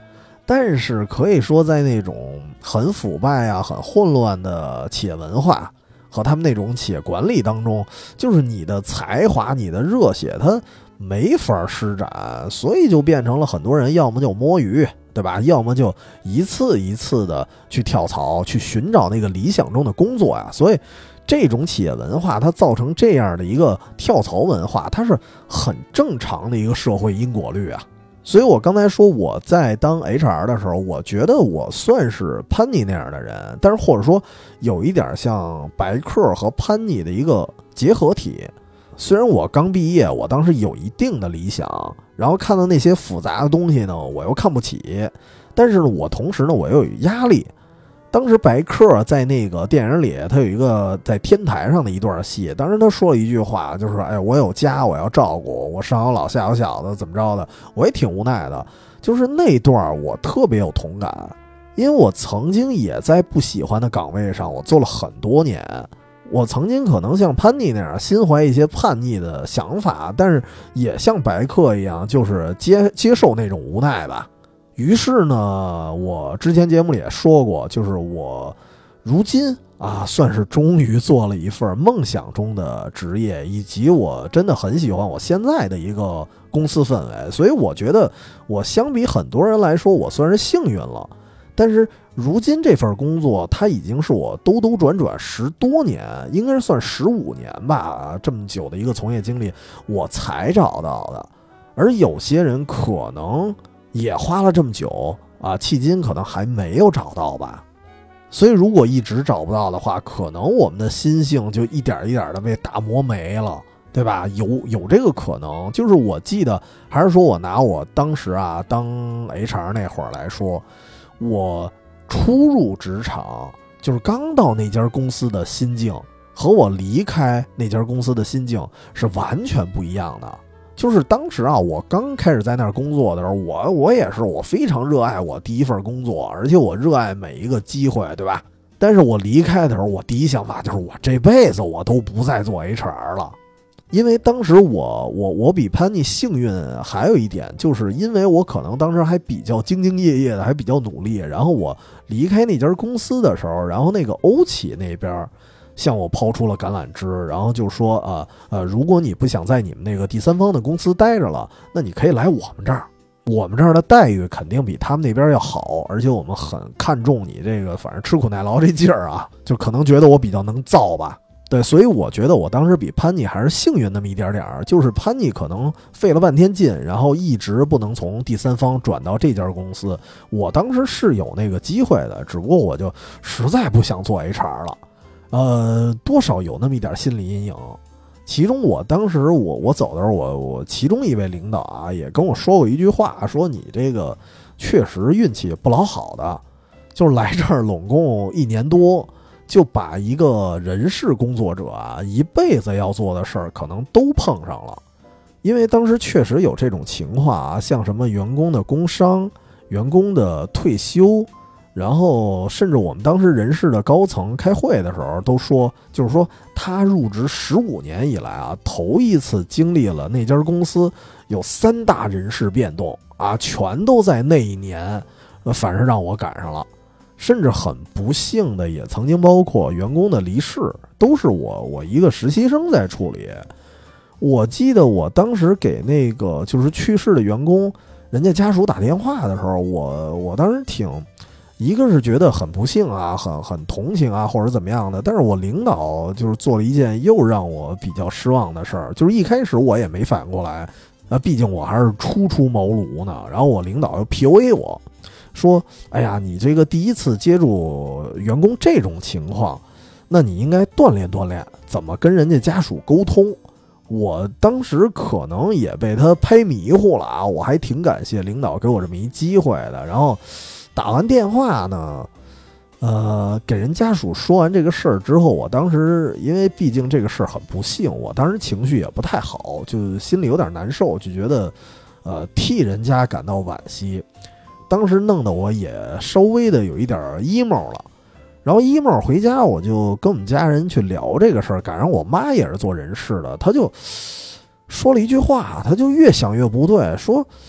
但是可以说在那种很腐败啊很混乱的企业文化和他们那种企业管理当中，就是你的才华你的热血它没法施展，所以就变成了很多人要么就摸鱼，对吧？要么就一次一次的去跳槽去寻找那个理想中的工作呀。所以这种企业文化它造成这样的一个跳槽文化，它是很正常的一个社会因果律啊。所以我刚才说我在当 H R 的时候，我觉得我算是潘妮那样的人，但是或者说有一点像白客和潘妮的一个结合体。虽然我刚毕业，我当时有一定的理想，然后看到那些复杂的东西呢，我又看不起，但是我同时呢，我又有压力。当时白客在那个电影里，他有一个在天台上的一段戏，当时他说了一句话，就是哎，我有家，我要照顾，我上有老下有小的，怎么着的，我也挺无奈的。就是那段我特别有同感，因为我曾经也在不喜欢的岗位上，我做了很多年。我曾经可能像潘妮那样心怀一些叛逆的想法，但是也像白客一样，就是接接受那种无奈吧。于是呢，我之前节目里也说过，就是我如今啊，算是终于做了一份梦想中的职业，以及我真的很喜欢我现在的一个公司氛围。所以我觉得我相比很多人来说，我算是幸运了。但是如今这份工作，它已经是我兜兜转转十多年，应该是算十五年吧，这么久的一个从业经历，我才找到的。而有些人可能也花了这么久啊，迄今可能还没有找到吧。所以如果一直找不到的话，可能我们的心性就一点一点的被打磨没了，对吧？有有这个可能。就是我记得，还是说我拿我当时啊当 H R 那会儿来说，我初入职场，就是刚到那家公司的心境和我离开那家公司的心境是完全不一样的。就是当时啊，我刚开始在那儿工作的时候，我我也是我非常热爱我第一份工作，而且我热爱每一个机会，对吧？但是我离开的时候，我第一想法就是我这辈子我都不再做 H R 了。因为当时我我我比潘妮幸运，还有一点就是因为我可能当时还比较兢兢业业的，还比较努力。然后我离开那家公司的时候，然后那个欧企那边向我抛出了橄榄枝，然后就说啊呃，如果你不想在你们那个第三方的公司待着了，那你可以来我们这儿，我们这儿的待遇肯定比他们那边要好，而且我们很看重你这个反正吃苦耐劳这劲儿啊，就可能觉得我比较能造吧。对，所以我觉得我当时比潘妮还是幸运那么一点点，就是潘妮可能费了半天劲，然后一直不能从第三方转到这家公司。我当时是有那个机会的，只不过我就实在不想做 H R 了，呃，多少有那么一点心理阴影。其中我当时我我走的时候，我我其中一位领导啊也跟我说过一句话，说你这个确实运气不老好的，就是来这儿拢共一年多。就把一个人事工作者啊一辈子要做的事儿可能都碰上了。因为当时确实有这种情况啊，像什么员工的工伤、员工的退休，然后甚至我们当时人事的高层开会的时候都说，就是说他入职十五年以来啊，头一次经历了那家公司有三大人事变动啊，全都在那一年，反正让我赶上了。甚至很不幸的也曾经包括员工的离世，都是我我一个实习生在处理。我记得我当时给那个就是去世的员工人家家属打电话的时候，我我当时挺一个是觉得很不幸啊，很很同情啊，或者怎么样的。但是我领导就是做了一件又让我比较失望的事儿，就是一开始我也没反应过来，啊，毕竟我还是初出茅庐呢。然后我领导又 P U A 我。说，哎呀，你这个第一次接触员工这种情况，那你应该锻炼锻炼怎么跟人家家属沟通。我当时可能也被他拍迷糊了啊，我还挺感谢领导给我这么一机会的。然后打完电话呢，呃，给人家属说完这个事儿之后，我当时因为毕竟这个事儿很不幸，我当时情绪也不太好，就心里有点难受，就觉得呃替人家感到惋惜。当时弄得我也稍微的有一点 emo 了，然后 emo 回家，我就跟我们家人去聊这个事儿，赶上我妈也是做人事的，她就说了一句话，她就越想越不对，说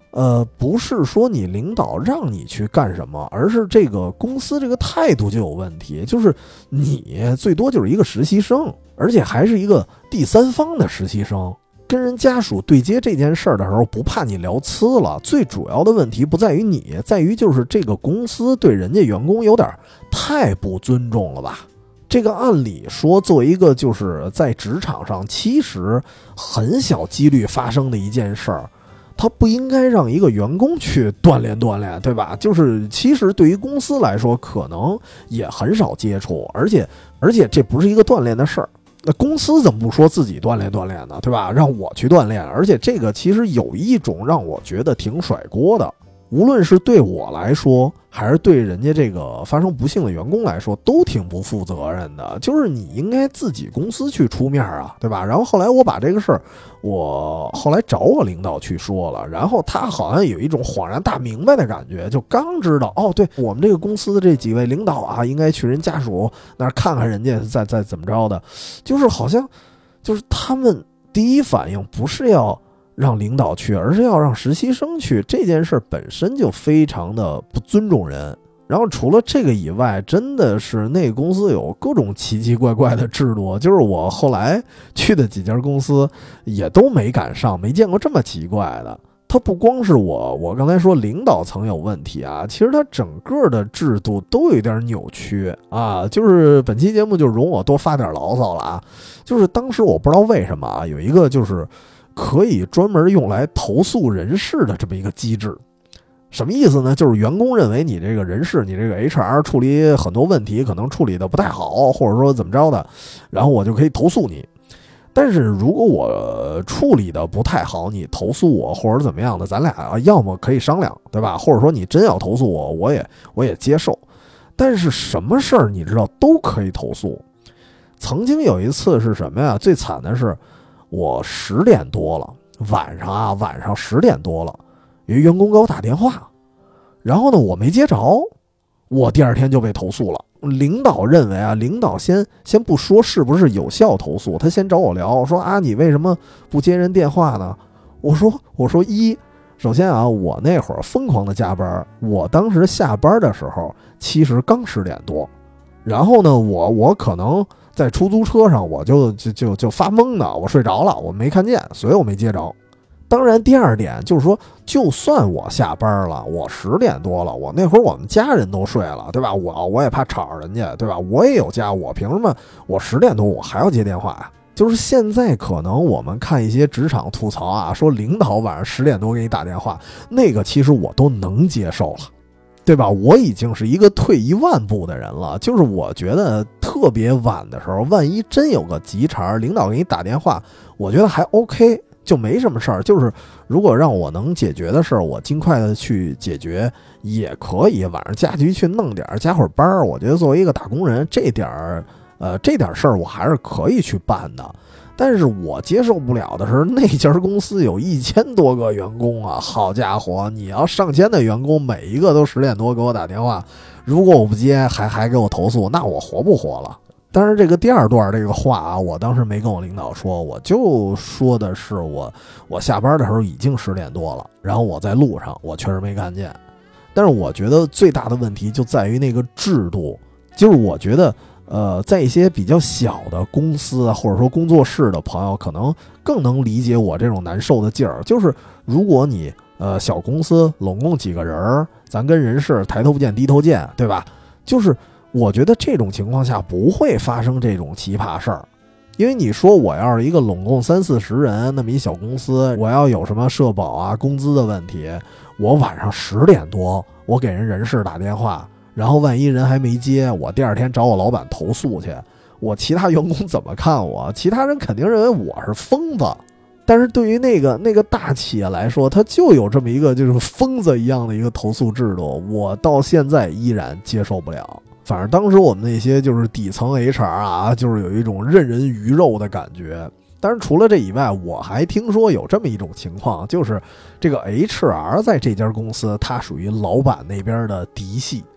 呃，不是说你领导让你去干什么，而是这个公司这个态度就有问题，就是你最多就是一个实习生，而且还是一个第三方的实习生，跟人家属对接这件事儿的时候，不怕你聊呲了，最主要的问题不在于你，在于就是这个公司对人家员工有点太不尊重了吧。这个按理说作为一个就是在职场上其实很小几率发生的一件事儿，他不应该让一个员工去锻炼锻炼，对吧？就是其实对于公司来说可能也很少接触，而且而且这不是一个锻炼的事儿，那公司怎么不说自己锻炼锻炼呢，对吧？让我去锻炼，而且这个其实有一种让我觉得挺甩锅的，无论是对我来说还是对人家这个发生不幸的员工来说，都挺不负责任的。就是你应该自己公司去出面啊，对吧？然后后来我把这个事儿，我后来找我领导去说了，然后他好像有一种恍然大明白的感觉，就刚知道哦，对，我们这个公司的这几位领导啊，应该去人家属那儿看看人家在在怎么着的，就是好像就是他们第一反应不是要让领导去，而是要让实习生去，这件事本身就非常的不尊重人。然后除了这个以外，真的是那个公司有各种奇奇怪怪的制度，就是我后来去的几家公司也都没赶上，没见过这么奇怪的。它不光是我我刚才说领导层有问题啊，其实它整个的制度都有点扭曲啊。就是本期节目就容我多发点牢骚了啊，就是当时我不知道为什么啊，有一个就是可以专门用来投诉人事的这么一个机制。什么意思呢？就是员工认为你这个人事，你这个 H R 处理很多问题可能处理的不太好，或者说怎么着的，然后我就可以投诉你。但是如果我处理的不太好，你投诉我或者怎么样的，咱俩要么可以商量，对吧？或者说你真要投诉我，我也我也接受。但是什么事儿你知道都可以投诉。曾经有一次是什么呀？最惨的是我十点多了，晚上啊，晚上十点多了，有一员工给我打电话，然后呢我没接着，我第二天就被投诉了。领导认为啊，领导先先不说是不是有效投诉，他先找我聊，说啊你为什么不接人电话呢？我说我说一，首先啊，我那会儿疯狂的加班，我当时下班的时候其实刚十点多，然后呢我我可能在出租车上我就就就就发懵呢，我睡着了，我没看见，所以我没接着。当然第二点就是说，就算我下班了，我十点多了，我那会儿我们家人都睡了，对吧？我我也怕吵着人家，对吧？我也有家，我凭什么我十点多我还要接电话呀？就是现在可能我们看一些职场吐槽啊，说领导晚上十点多给你打电话，那个其实我都能接受了，对吧？我已经是一个退一万步的人了，就是我觉得特别晚的时候，万一真有个急茬，领导给你打电话，我觉得还 OK， 就没什么事儿。就是如果让我能解决的事儿，我尽快的去解决也可以。晚上加急去弄点加会儿班，我觉得作为一个打工人，这点儿呃这点事儿我还是可以去办的。但是我接受不了的是，那家公司有一千多个员工啊，好家伙，你要上千的员工，每一个都十点多给我打电话，如果我不接，还还给我投诉，那我活不活了？但是这个第二段这个话啊，我当时没跟我领导说，我就说的是我我下班的时候已经十点多了，然后我在路上，我确实没看见。但是我觉得最大的问题就在于那个制度，就是我觉得。呃，在一些比较小的公司啊，或者说工作室的朋友，可能更能理解我这种难受的劲儿。就是如果你呃小公司拢共几个人，咱跟人事抬头不见低头见，对吧？就是我觉得这种情况下不会发生这种奇葩事儿，因为你说我要是一个拢共三四十人那么一小公司，我要有什么社保啊、工资的问题，我晚上十点多我给人人事打电话。然后万一人还没接，我第二天找我老板投诉去，我其他员工怎么看我？其他人肯定认为我是疯子。但是对于那个那个大企业来说，它就有这么一个就是疯子一样的一个投诉制度，我到现在依然接受不了。反正当时我们那些就是底层 H R 啊，就是有一种任人鱼肉的感觉。但是除了这以外，我还听说有这么一种情况，就是这个 H R 在这家公司，他属于老板那边的嫡系。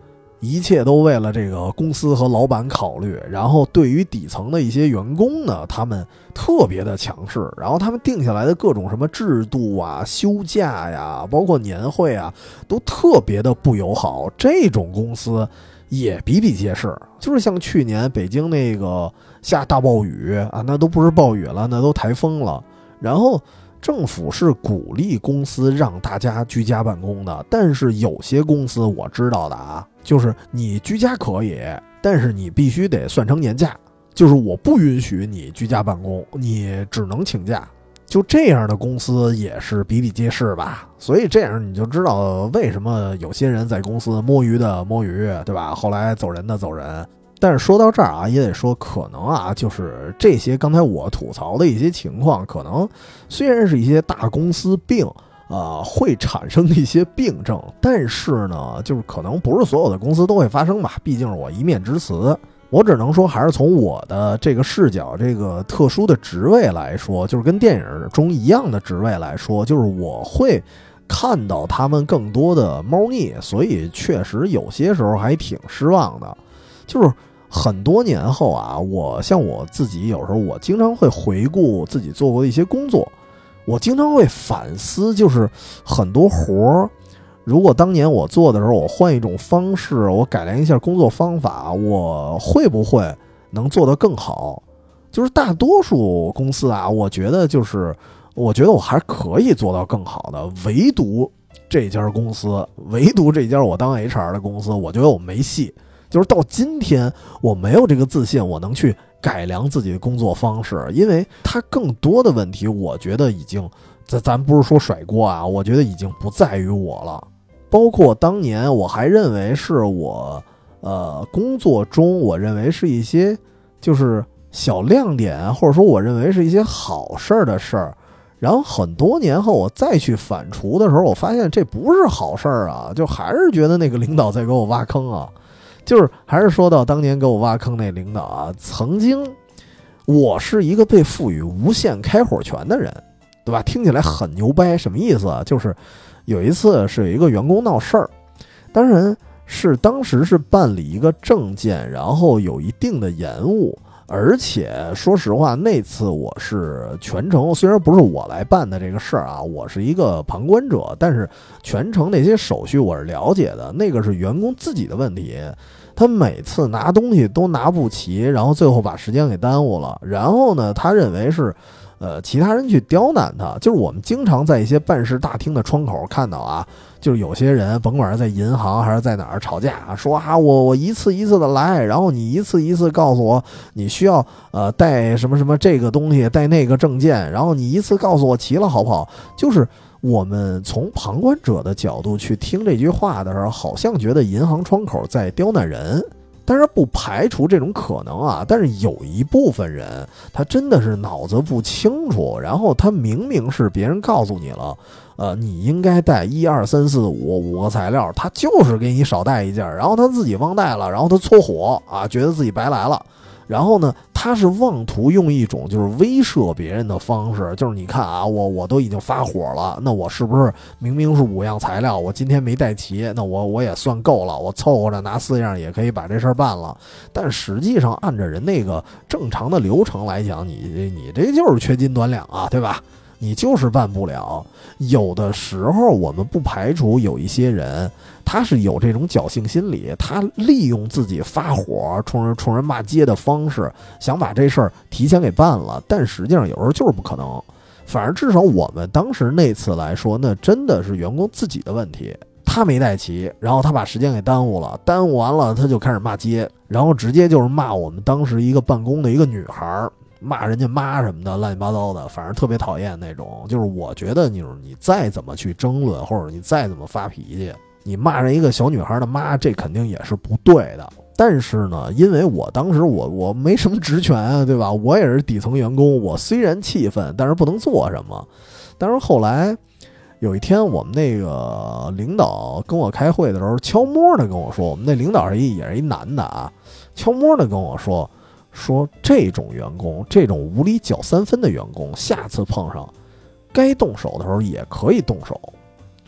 一切都为了这个公司和老板考虑，然后对于底层的一些员工呢，他们特别的强势，然后他们定下来的各种什么制度啊、休假呀，包括年会啊，都特别的不友好。这种公司也比比皆是，就是像去年北京那个下大暴雨啊，那都不是暴雨了，那都台风了，然后政府是鼓励公司让大家居家办公的，但是有些公司我知道的啊，就是你居家可以，但是你必须得算成年假，就是我不允许你居家办公，你只能请假。就这样的公司也是比比皆是吧，所以这样你就知道为什么有些人在公司摸鱼的摸鱼，对吧？后来走人的走人。但是说到这儿啊，也得说可能啊，就是这些刚才我吐槽的一些情况，可能虽然是一些大公司病啊、呃、会产生的一些病症，但是呢，就是可能不是所有的公司都会发生吧，毕竟是我一面之词。我只能说，还是从我的这个视角，这个特殊的职位来说，就是跟电影中一样的职位来说，就是我会看到他们更多的猫腻，所以确实有些时候还挺失望的。就是很多年后啊，我像我自己有时候我经常会回顾自己做过的一些工作，我经常会反思，就是很多活儿，如果当年我做的时候，我换一种方式，我改良一下工作方法，我会不会能做得更好？就是大多数公司啊，我觉得就是我觉得我还是可以做到更好的，唯独这家公司，唯独这家我当 H R 的公司，我觉得我没戏。就是到今天我没有这个自信，我能去改良自己的工作方式，因为它更多的问题，我觉得已经，咱咱不是说甩锅啊，我觉得已经不在于我了。包括当年我还认为是我，呃，工作中我认为是一些就是小亮点，或者说我认为是一些好事儿的事儿，然后很多年后我再去反刍的时候，我发现这不是好事儿啊，就还是觉得那个领导在给我挖坑啊。就是还是说到当年给我挖坑那领导啊，曾经我是一个被赋予无限开火权的人，对吧？听起来很牛掰，什么意思啊？就是有一次是有一个员工闹事儿，当然是当时是办理一个证件，然后有一定的延误，而且说实话，那次我是全程，虽然不是我来办的这个事儿啊，我是一个旁观者，但是全程那些手续我是了解的，那个是员工自己的问题。他每次拿东西都拿不齐，然后最后把时间给耽误了。然后呢，他认为是，呃，其他人去刁难他。就是我们经常在一些办事大厅的窗口看到啊，就是有些人甭管是在银行还是在哪儿吵架，说啊，我我一次一次的来，然后你一次一次告诉我你需要呃带什么什么这个东西，带那个证件，然后你一次告诉我齐了好不好？就是我们从旁观者的角度去听这句话的时候，好像觉得银行窗口在刁难人，当然不排除这种可能啊。但是有一部分人，他真的是脑子不清楚，然后他明明是别人告诉你了，呃，你应该带一二三四五五个材料，他就是给你少带一件，然后他自己忘带了，然后他搓火啊，觉得自己白来了。然后呢，他是妄图用一种就是威慑别人的方式，就是你看啊，我我都已经发火了，那我是不是明明是五样材料，我今天没带齐，那我我也算够了，我凑合着拿四样也可以把这事儿办了。但实际上按着人那个正常的流程来讲，你你这就是缺斤短两啊，对吧？你就是办不了。有的时候我们不排除有一些人他是有这种侥幸心理，他利用自己发火冲人冲人骂街的方式想把这事儿提前给办了，但实际上有时候就是不可能。反而至少我们当时那次来说，那真的是员工自己的问题，他没带齐，然后他把时间给耽误了，耽误完了他就开始骂街，然后直接就是骂我们当时一个办公的一个女孩，骂人家妈什么的，乱七八糟的，反正特别讨厌那种。就是我觉得你你再怎么去争论，或者你再怎么发脾气，你骂人一个小女孩的妈，这肯定也是不对的。但是呢，因为我当时我我没什么职权啊，对吧？我也是底层员工，我虽然气愤，但是不能做什么。但是后来有一天，我们那个领导跟我开会的时候，悄摸的跟我说，我们那领导是一也是一男的啊，悄摸的跟我说。说这种员工，这种无理搅三分的员工，下次碰上该动手的时候也可以动手。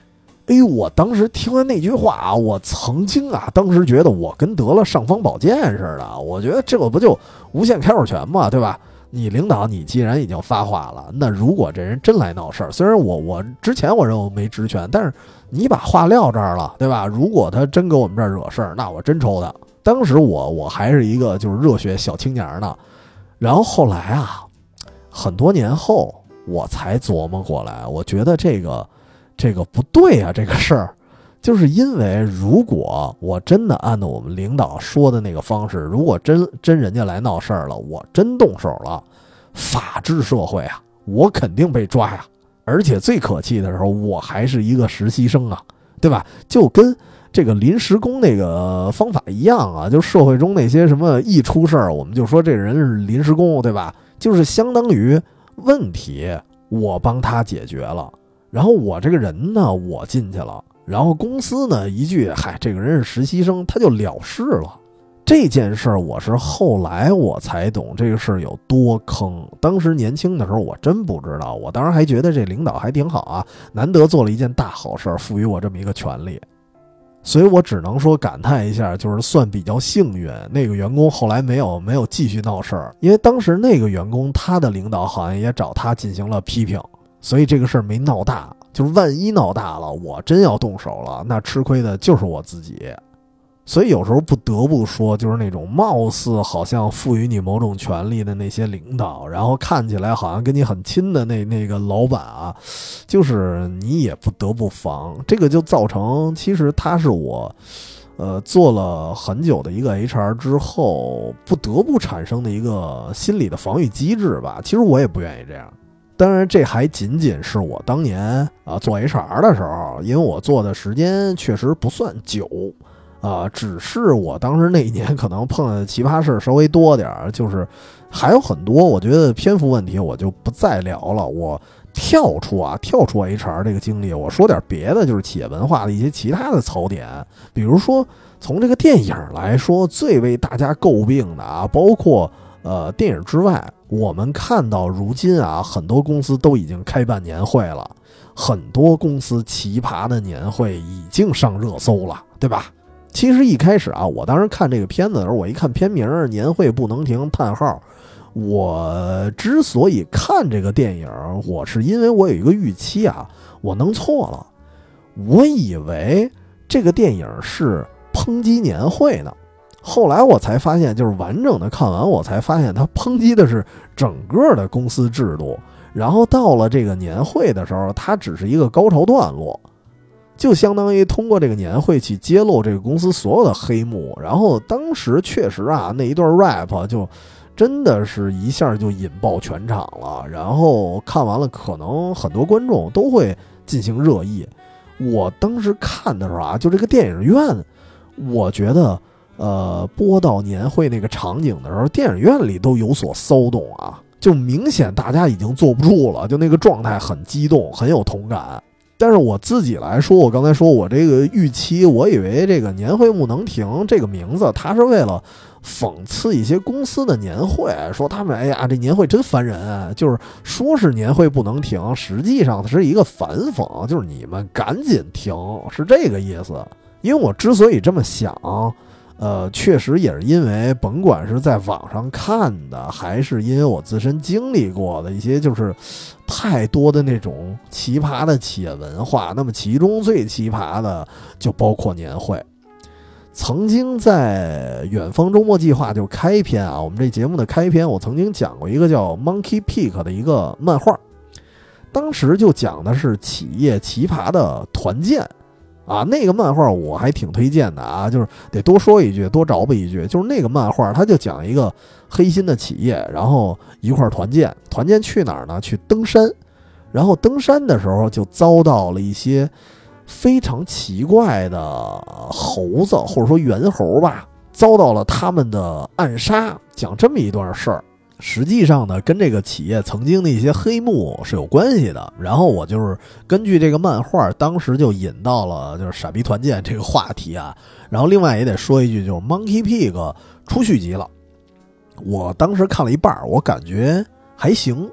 哎呦，我当时听完那句话啊，我曾经啊，当时觉得我跟得了尚方宝剑似的，我觉得这个不就无限开口权嘛，对吧？你领导你既然已经发话了，那如果这人真来闹事儿，虽然我我之前我认为我没职权，但是你把话撂这儿了，对吧？如果他真给我们这儿惹事儿，那我真抽他。当时我我还是一个就是热血小青年呢，然后后来啊，很多年后我才琢磨过来，我觉得这个这个不对啊，这个事儿。就是因为如果我真的按照我们领导说的那个方式，如果真真人家来闹事儿了，我真动手了，法治社会啊，我肯定被抓呀。而且最可气的时候，我还是一个实习生啊，对吧？就跟这个临时工那个方法一样啊，就社会中那些什么一出事儿，我们就说这人是临时工，对吧？就是相当于问题我帮他解决了，然后我这个人呢，我进去了。然后公司呢一句嗨，这个人是实习生，他就了事了。这件事儿我是后来我才懂这个事儿有多坑，当时年轻的时候我真不知道，我当时还觉得这领导还挺好啊，难得做了一件大好事儿，赋予我这么一个权利。所以我只能说感叹一下，就是算比较幸运，那个员工后来没有没有继续闹事儿，因为当时那个员工他的领导好像也找他进行了批评，所以这个事儿没闹大。就是万一闹大了，我真要动手了，那吃亏的就是我自己。所以有时候不得不说，就是那种貌似好像赋予你某种权利的那些领导，然后看起来好像跟你很亲的那那个老板啊，就是你也不得不防。这个就造成，其实他是我，呃，做了很久的一个 H R 之后，不得不产生的一个心理的防御机制吧。其实我也不愿意这样。当然这还仅仅是我当年啊做 H R 的时候，因为我做的时间确实不算久啊，只是我当时那一年可能碰的奇葩事稍微多点，就是还有很多我觉得篇幅问题我就不再聊了。我跳出啊跳出 H R 这个经历，我说点别的，就是企业文化的一些其他的槽点。比如说从这个电影来说，最为大家诟病的啊，包括呃电影之外，我们看到如今啊，很多公司都已经开办年会了，很多公司奇葩的年会已经上热搜了，对吧？其实一开始啊，我当时看这个片子的时候，我一看片名“年会不能停”叹号，我之所以看这个电影，我是因为我有一个预期啊，我弄错了，我以为这个电影是抨击年会呢。后来我才发现，就是完整的看完，我才发现他抨击的是整个的公司制度，然后到了这个年会的时候，它只是一个高潮段落，就相当于通过这个年会去揭露这个公司所有的黑幕。然后当时确实啊，那一段 rap 就真的是一下就引爆全场了，然后看完了可能很多观众都会进行热议。我当时看的时候啊，就这个电影院，我觉得呃，播到年会那个场景的时候，电影院里都有所骚动啊，就明显大家已经坐不住了，就那个状态很激动，很有同感。但是我自己来说，我刚才说我这个预期，我以为这个年会不能停这个名字，它是为了讽刺一些公司的年会，说他们哎呀这年会真烦人啊，就是说是年会不能停，实际上它是一个反讽，就是你们赶紧停，是这个意思。因为我之所以这么想，呃，确实也是因为甭管是在网上看的，还是因为我自身经历过的一些，就是太多的那种奇葩的企业文化。那么其中最奇葩的就包括年会。曾经在远方周末计划就开篇啊，我们这节目的开篇，我曾经讲过一个叫 Monkey Peak 的一个漫画，当时就讲的是企业奇葩的团建。啊，那个漫画我还挺推荐的啊，就是得多说一句，多找吧一句，就是那个漫画，它就讲一个黑心的企业，然后一块团建，团建去哪儿呢？去登山，然后登山的时候就遭到了一些非常奇怪的猴子，或者说猿猴吧，遭到了他们的暗杀，讲这么一段事儿。实际上呢，跟这个企业曾经的一些黑幕是有关系的。然后我就是根据这个漫画，当时就引到了就是傻逼团建这个话题啊。然后另外也得说一句，就是 Monkey Peak 出续集了。我当时看了一半，我感觉还行，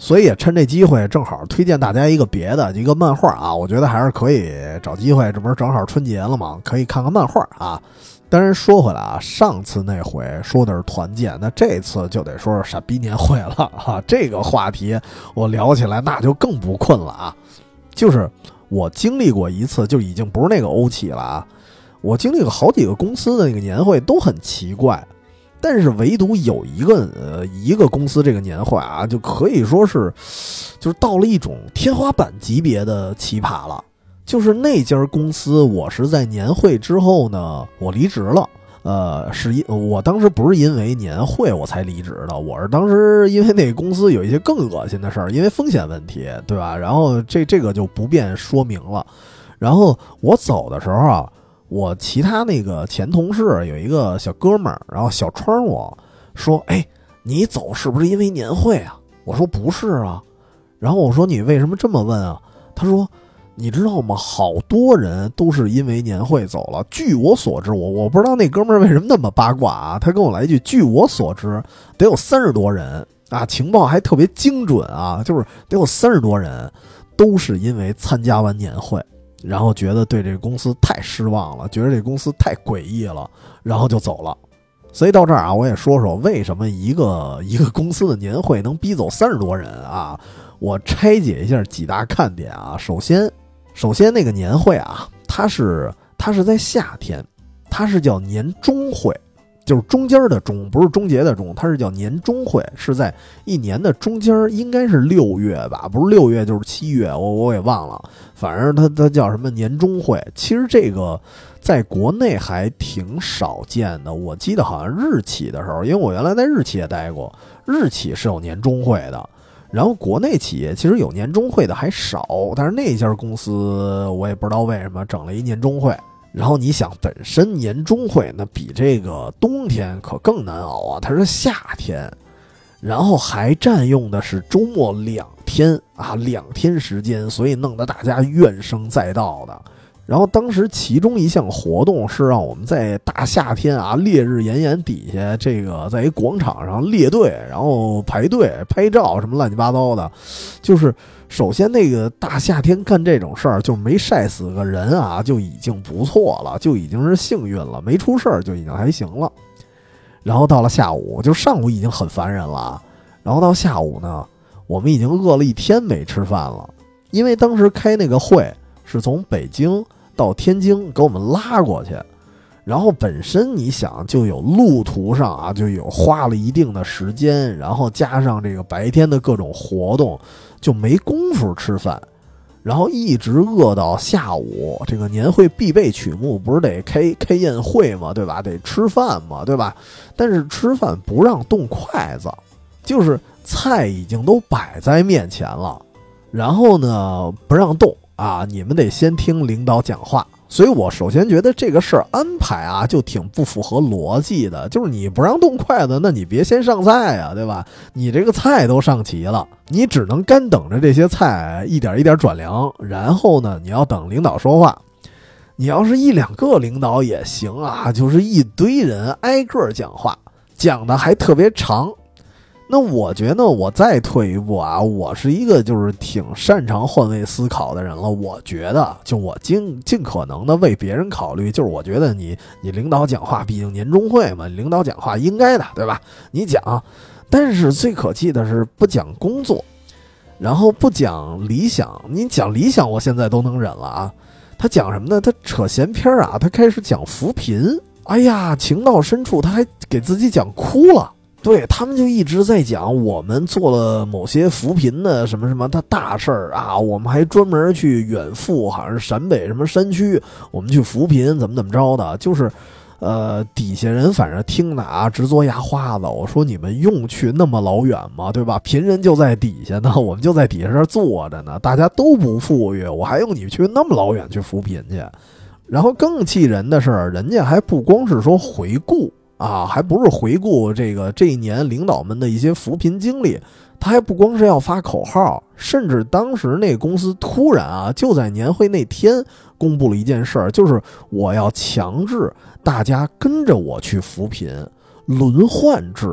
所以也趁这机会正好推荐大家一个别的一个漫画啊，我觉得还是可以找机会，这不是正好春节了吗？可以看看漫画啊。当然说回来啊，上次那回说的是团建，那这次就得说是傻逼年会了啊。这个话题我聊起来那就更不困了啊。就是我经历过一次，就已经不是那个欧企了啊。我经历过好几个公司的那个年会都很奇怪。但是唯独有一个呃一个公司这个年会啊，就可以说是，就是到了一种天花板级别的奇葩了。就是那家公司，我是在年会之后呢，我离职了。呃，是因我当时不是因为年会我才离职的，我是当时因为那个公司有一些更恶心的事儿，因为风险问题，对吧？然后这这个就不便说明了。然后我走的时候啊。我其他那个前同事有一个小哥们儿，然后小川我说：“哎，你走是不是因为年会啊？”我说：“不是啊。”然后我说：“你为什么这么问啊？”他说：“你知道吗？好多人都是因为年会走了。据我所知，我我不知道那哥们儿为什么那么八卦啊。他跟我来一句：据我所知，得有三十多人啊，情报还特别精准啊，就是得有三十多人都是因为参加完年会。”然后觉得对这个公司太失望了，觉得这个公司太诡异了，然后就走了。所以到这儿啊，我也说说为什么一个一个公司的年会能逼走三十多人啊？我拆解一下几大看点啊。首先，首先那个年会啊，它是它是在夏天，它是叫年终会，就是中间的中，不是终结的终，它是叫年终会，是在一年的中间，应该是六月吧，不是六月就是七月，我我也忘了。反正它它叫什么年终会，其实这个在国内还挺少见的。我记得好像日企的时候，因为我原来在日企也待过，日企是有年终会的。然后国内企业其实有年终会的还少，但是那家公司我也不知道为什么整了一年终会。然后你想，本身年终会那比这个冬天可更难熬啊，它是夏天。然后还占用的是周末两天啊，两天时间，所以弄得大家怨声载道的。然后当时其中一项活动是让我们在大夏天啊，烈日炎炎底下，这个在一广场上列队，然后排队拍照，什么乱七八糟的。就是首先那个大夏天干这种事儿，就没晒死个人啊，就已经不错了，就已经是幸运了，没出事儿就已经还行了。然后到了下午，就上午已经很烦人了，然后到下午呢，我们已经饿了一天没吃饭了，因为当时开那个会是从北京到天津给我们拉过去，然后本身你想就有路途上啊，就有花了一定的时间，然后加上这个白天的各种活动，就没工夫吃饭。然后一直饿到下午，这个年会必备曲目不是得开开宴会嘛，对吧？得吃饭嘛，对吧？但是吃饭不让动筷子，就是菜已经都摆在面前了，然后呢不让动啊，你们得先听领导讲话。所以我首先觉得这个事儿安排啊，就挺不符合逻辑的。就是你不让动筷子，那你别先上菜啊，对吧？你这个菜都上齐了，你只能干等着这些菜一点一点转凉，然后呢，你要等领导说话。你要是一两个领导也行啊，就是一堆人挨个讲话，讲的还特别长。那我觉得我再退一步啊，我是一个就是挺擅长换位思考的人了。我觉得就我尽尽可能的为别人考虑，就是我觉得你你领导讲话，毕竟年终会嘛，领导讲话应该的，对吧？你讲，但是最可气的是不讲工作，然后不讲理想。你讲理想，我现在都能忍了啊。他讲什么呢？他扯闲篇啊，他开始讲扶贫。哎呀，情到深处，他还给自己讲哭了。对，他们就一直在讲我们做了某些扶贫的什么什么的大事儿啊，我们还专门去远赴好像是陕北什么山区，我们去扶贫怎么怎么着的，就是呃底下人反正听的啊直嘬牙花子。我说你们用去那么老远吗？对吧？贫人就在底下呢，我们就在底下这坐着呢，大家都不富裕，我还用你去那么老远去扶贫去？然后更气人的是，人家还不光是说回顾啊，还不是回顾这个这一年领导们的一些扶贫经历，他还不光是要发口号，甚至当时那公司突然啊，就在年会那天公布了一件事儿，就是我要强制大家跟着我去扶贫，轮换制。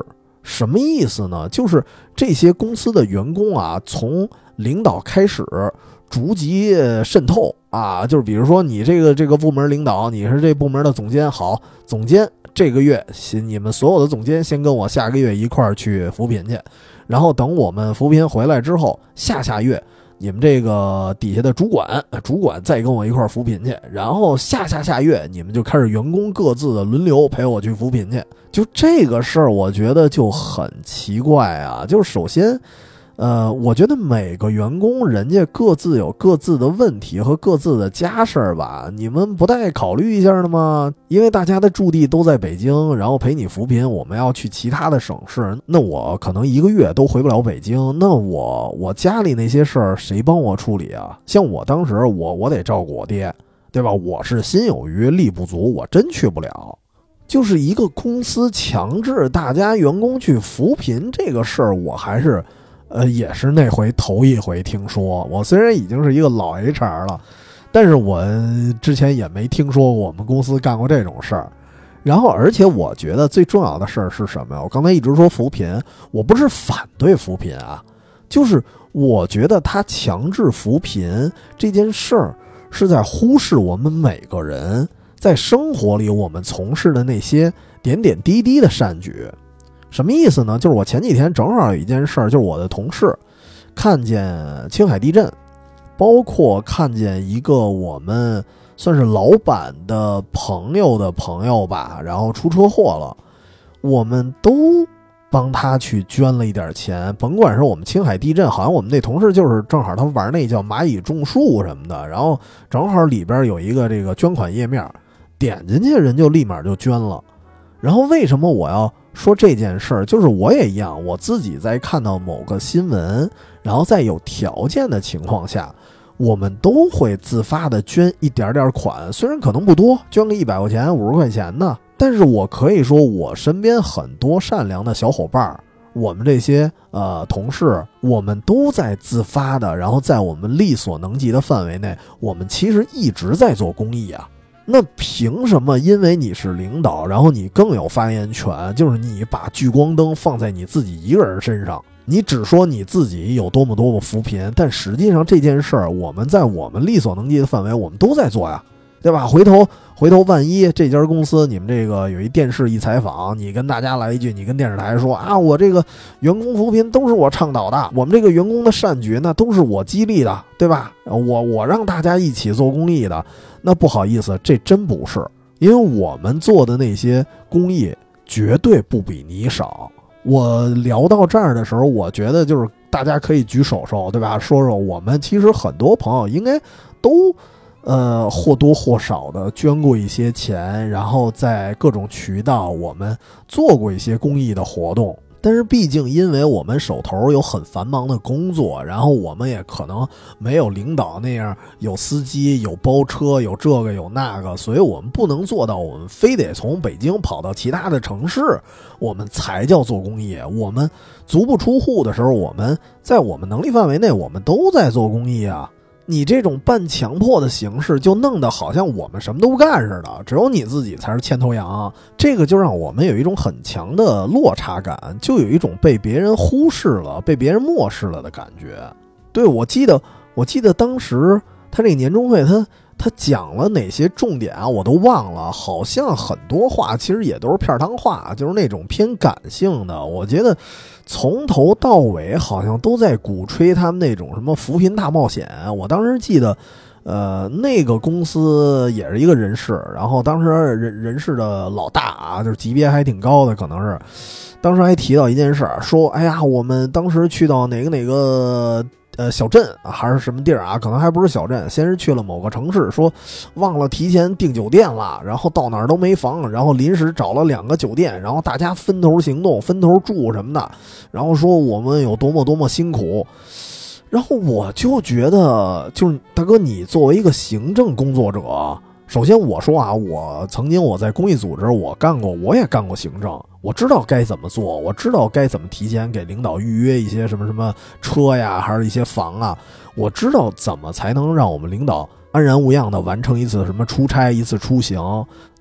什么意思呢？就是这些公司的员工啊，从领导开始逐级渗透啊，就是比如说你这个这个部门领导，你是这部门的总监，好，总监这个月你们所有的总监先跟我下个月一块儿去扶贫去，然后等我们扶贫回来之后，下下月你们这个底下的主管主管再跟我一块儿扶贫去，然后下下下月你们就开始员工各自的轮流陪我去扶贫去。就这个事儿我觉得就很奇怪啊，就是首先呃，我觉得每个员工人家各自有各自的问题和各自的家事儿吧，你们不带考虑一下的吗？因为大家的驻地都在北京，然后陪你扶贫，我们要去其他的省市，那我可能一个月都回不了北京，那我我家里那些事儿谁帮我处理啊？像我当时我我得照顾我爹，对吧？我是心有余力不足，我真去不了。就是一个公司强制大家员工去扶贫这个事儿，我还是呃，也是那回头一回听说。我虽然已经是一个老 H R 了，但是我之前也没听说过我们公司干过这种事儿。然后，而且我觉得最重要的事儿是什么呀？我刚才一直说扶贫，我不是反对扶贫啊，就是我觉得他强制扶贫这件事儿是在忽视我们每个人在生活里我们从事的那些点点滴滴的善举。什么意思呢？就是我前几天正好有一件事儿，就是我的同事看见青海地震，包括看见一个我们算是老板的朋友的朋友吧，然后出车祸了，我们都帮他去捐了一点钱。甭管是我们青海地震，好像我们那同事就是正好他玩那叫蚂蚁种树什么的，然后正好里边有一个这个捐款页面，点进去人就立马就捐了。然后为什么我要说这件事儿？就是我也一样，我自己在看到某个新闻，然后在有条件的情况下，我们都会自发的捐一点点款，虽然可能不多，捐个一百块钱、五十块钱的，但是我可以说，我身边很多善良的小伙伴，我们这些呃同事，我们都在自发的，然后在我们力所能及的范围内，我们其实一直在做公益啊。那凭什么因为你是领导，然后你更有发言权，就是你把聚光灯放在你自己一个人身上，你只说你自己有多么多么扶贫，但实际上这件事儿我们在我们力所能及的范围我们都在做呀，对吧？回头回头万一这家公司你们这个有一电视一采访，你跟大家来一句，你跟电视台说啊，我这个员工扶贫都是我倡导的，我们这个员工的善举那都是我激励的，对吧？我我让大家一起做公益的。那不好意思，这真不是，因为我们做的那些公益绝对不比你少。我聊到这儿的时候，我觉得就是大家可以举手手，对吧？说说我们其实很多朋友应该都呃或多或少的捐过一些钱，然后在各种渠道我们做过一些公益的活动。但是毕竟因为我们手头有很繁忙的工作，然后我们也可能没有领导那样有司机有包车有这个有那个，所以我们不能做到我们非得从北京跑到其他的城市我们才叫做公益。我们足不出户的时候，我们在我们能力范围内我们都在做公益啊。你这种半强迫的形式就弄得好像我们什么都不干似的，只有你自己才是牵头羊，这个就让我们有一种很强的落差感，就有一种被别人忽视了被别人漠视了的感觉。对，我记得我记得当时他这个年终会他他讲了哪些重点啊，我都忘了，好像很多话其实也都是片汤话，就是那种偏感性的。我觉得从头到尾好像都在鼓吹他们那种什么扶贫大冒险。我当时记得呃，那个公司也是一个人事，然后当时人人事的老大啊，就是级别还挺高的，可能是当时还提到一件事，说哎呀，我们当时去到哪个哪个呃，小镇啊，还是什么地儿啊？可能还不是小镇，先是去了某个城市，说忘了提前订酒店了，然后到哪儿都没房，然后临时找了两个酒店，然后大家分头行动，分头住什么的，然后说我们有多么多么辛苦。然后我就觉得，就是大哥，你作为一个行政工作者，首先我说啊，我曾经我在公益组织我干过，我也干过行政，我知道该怎么做，我知道该怎么提前给领导预约一些什么什么车呀，还是一些房啊，我知道怎么才能让我们领导安然无恙的完成一次什么出差，一次出行。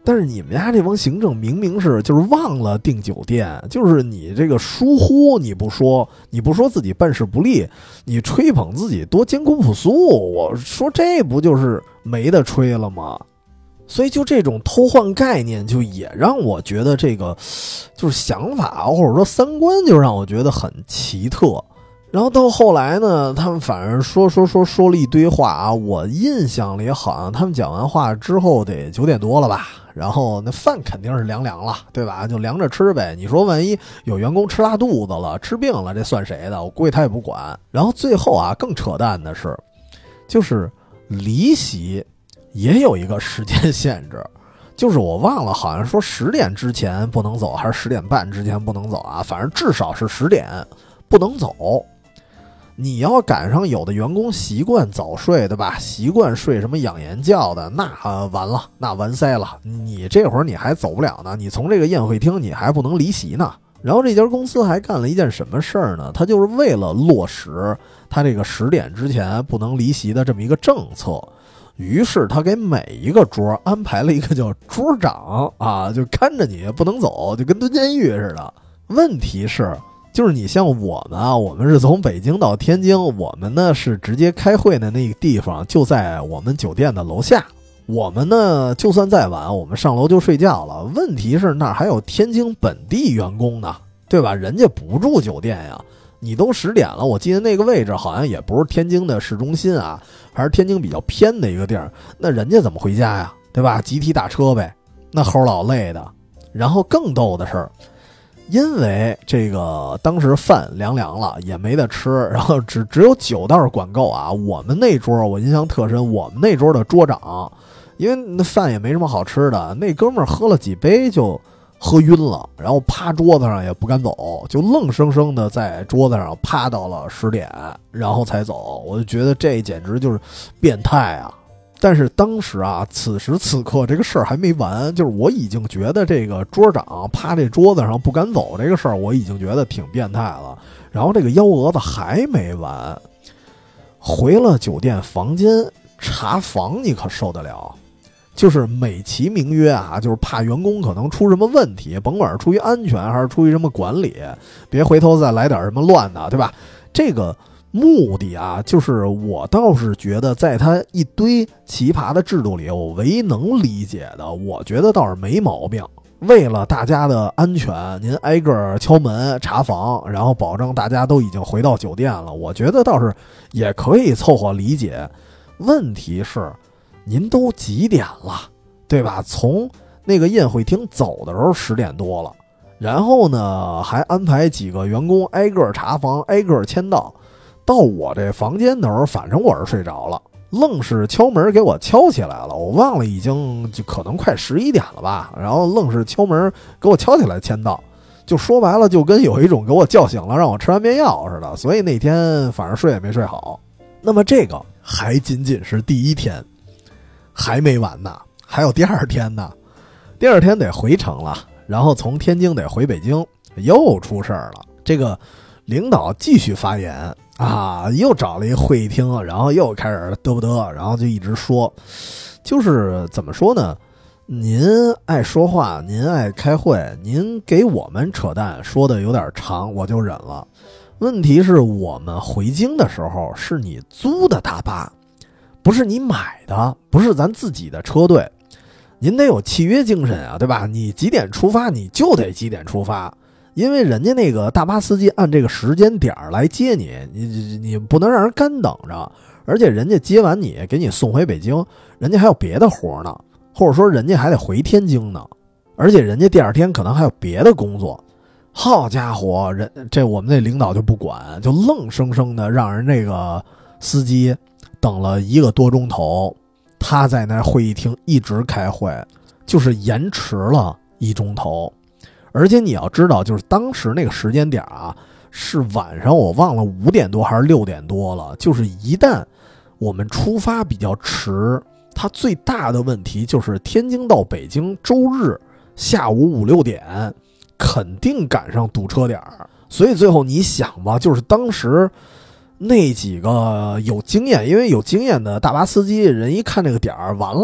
但是你们家这帮行政明明是就是忘了订酒店，就是你这个疏忽，你不说，你不说自己办事不力，你吹捧自己多艰苦朴素，我说这不就是没得吹了吗？所以就这种偷换概念，就也让我觉得这个就是想法或者说三观，就让我觉得很奇特。然后到后来呢，他们反正说说说说了一堆话啊，我印象里好像他们讲完话之后得九点多了吧，然后那饭肯定是凉凉了，对吧？就凉着吃呗。你说万一有员工吃拉肚子了、吃病了，这算谁的？我估计他也不管。然后最后啊，更扯淡的是，就是离席也有一个时间限制，就是我忘了，好像说十点之前不能走，还是十点半之前不能走啊？反正至少是十点不能走。你要赶上有的员工习惯早睡，对吧？习惯睡什么养颜觉的，那、呃、完了，那完塞了。你这会儿你还走不了呢，你从这个宴会厅你还不能离席呢。然后这家公司还干了一件什么事儿呢？他就是为了落实他这个十点之前不能离席的这么一个政策，于是他给每一个桌安排了一个叫桌长啊，就看着你不能走，就跟蹲监狱似的。问题是就是你像我们啊，我们是从北京到天津，我们呢是直接开会的那个地方就在我们酒店的楼下。我们呢就算再晚，我们上楼就睡觉了。问题是那儿还有天津本地员工呢，对吧？人家不住酒店呀。你都十点了，我记得那个位置好像也不是天津的市中心啊，还是天津比较偏的一个地儿。那人家怎么回家呀？对吧？集体打车呗，那齁老累的。然后更逗的是，因为这个当时饭凉凉了，也没得吃，然后只只有酒倒是管够啊。我们那桌我印象特深，我们那桌的桌长，因为那饭也没什么好吃的，那哥们儿喝了几杯就喝晕了，然后趴桌子上也不敢走，就愣生生的在桌子上趴到了十点，然后才走。我就觉得这简直就是变态啊！但是当时啊，此时此刻这个事儿还没完，就是我已经觉得这个桌长趴这桌子上不敢走这个事儿，我已经觉得挺变态了。然后这个幺蛾子还没完，回了酒店房间查房，你可受得了？就是美其名曰啊，就是怕员工可能出什么问题，甭管是出于安全还是出于什么管理，别回头再来点什么乱的，对吧？这个目的啊，就是我倒是觉得在他一堆奇葩的制度里，我唯一能理解的，我觉得倒是没毛病。为了大家的安全，您挨个敲门查房，然后保证大家都已经回到酒店了，我觉得倒是也可以凑合理解。问题是您都几点了，对吧？从那个宴会厅走的时候十点多了，然后呢还安排几个员工挨个查房挨个签到，到我这房间的时候反正我是睡着了，愣是敲门给我敲起来了，我忘了已经就可能快十一点了吧，然后愣是敲门给我敲起来签到，就说白了就跟有一种给我叫醒了让我吃安眠药似的，所以那天反正睡也没睡好。那么这个还仅仅是第一天，还没完呢，还有第二天呢。第二天得回城了，然后从天津得回北京，又出事儿了。这个领导继续发言啊，又找了一会议厅，然后又开始嘚不嘚，然后就一直说，就是怎么说呢？您爱说话，您爱开会，您给我们扯淡说的有点长，我就忍了。问题是我们回京的时候是你租的大巴，不是你买的，不是咱自己的车队，您得有契约精神啊，对吧？你几点出发你就得几点出发，因为人家那个大巴司机按这个时间点来接你，你你不能让人干等着，而且人家接完你给你送回北京，人家还有别的活呢，或者说人家还得回天津呢，而且人家第二天可能还有别的工作。好家伙，人这我们那领导就不管，就愣生生的让人这个司机等了一个多钟头，他在那会议厅一直开会，就是延迟了一钟头。而且你要知道，就是当时那个时间点啊，是晚上，我忘了五点多还是六点多了。就是一旦我们出发比较迟，它最大的问题就是天津到北京周日下午五六点肯定赶上堵车点儿。所以最后你想吧，就是当时那几个有经验，因为有经验的大巴司机人一看这个点儿，完了，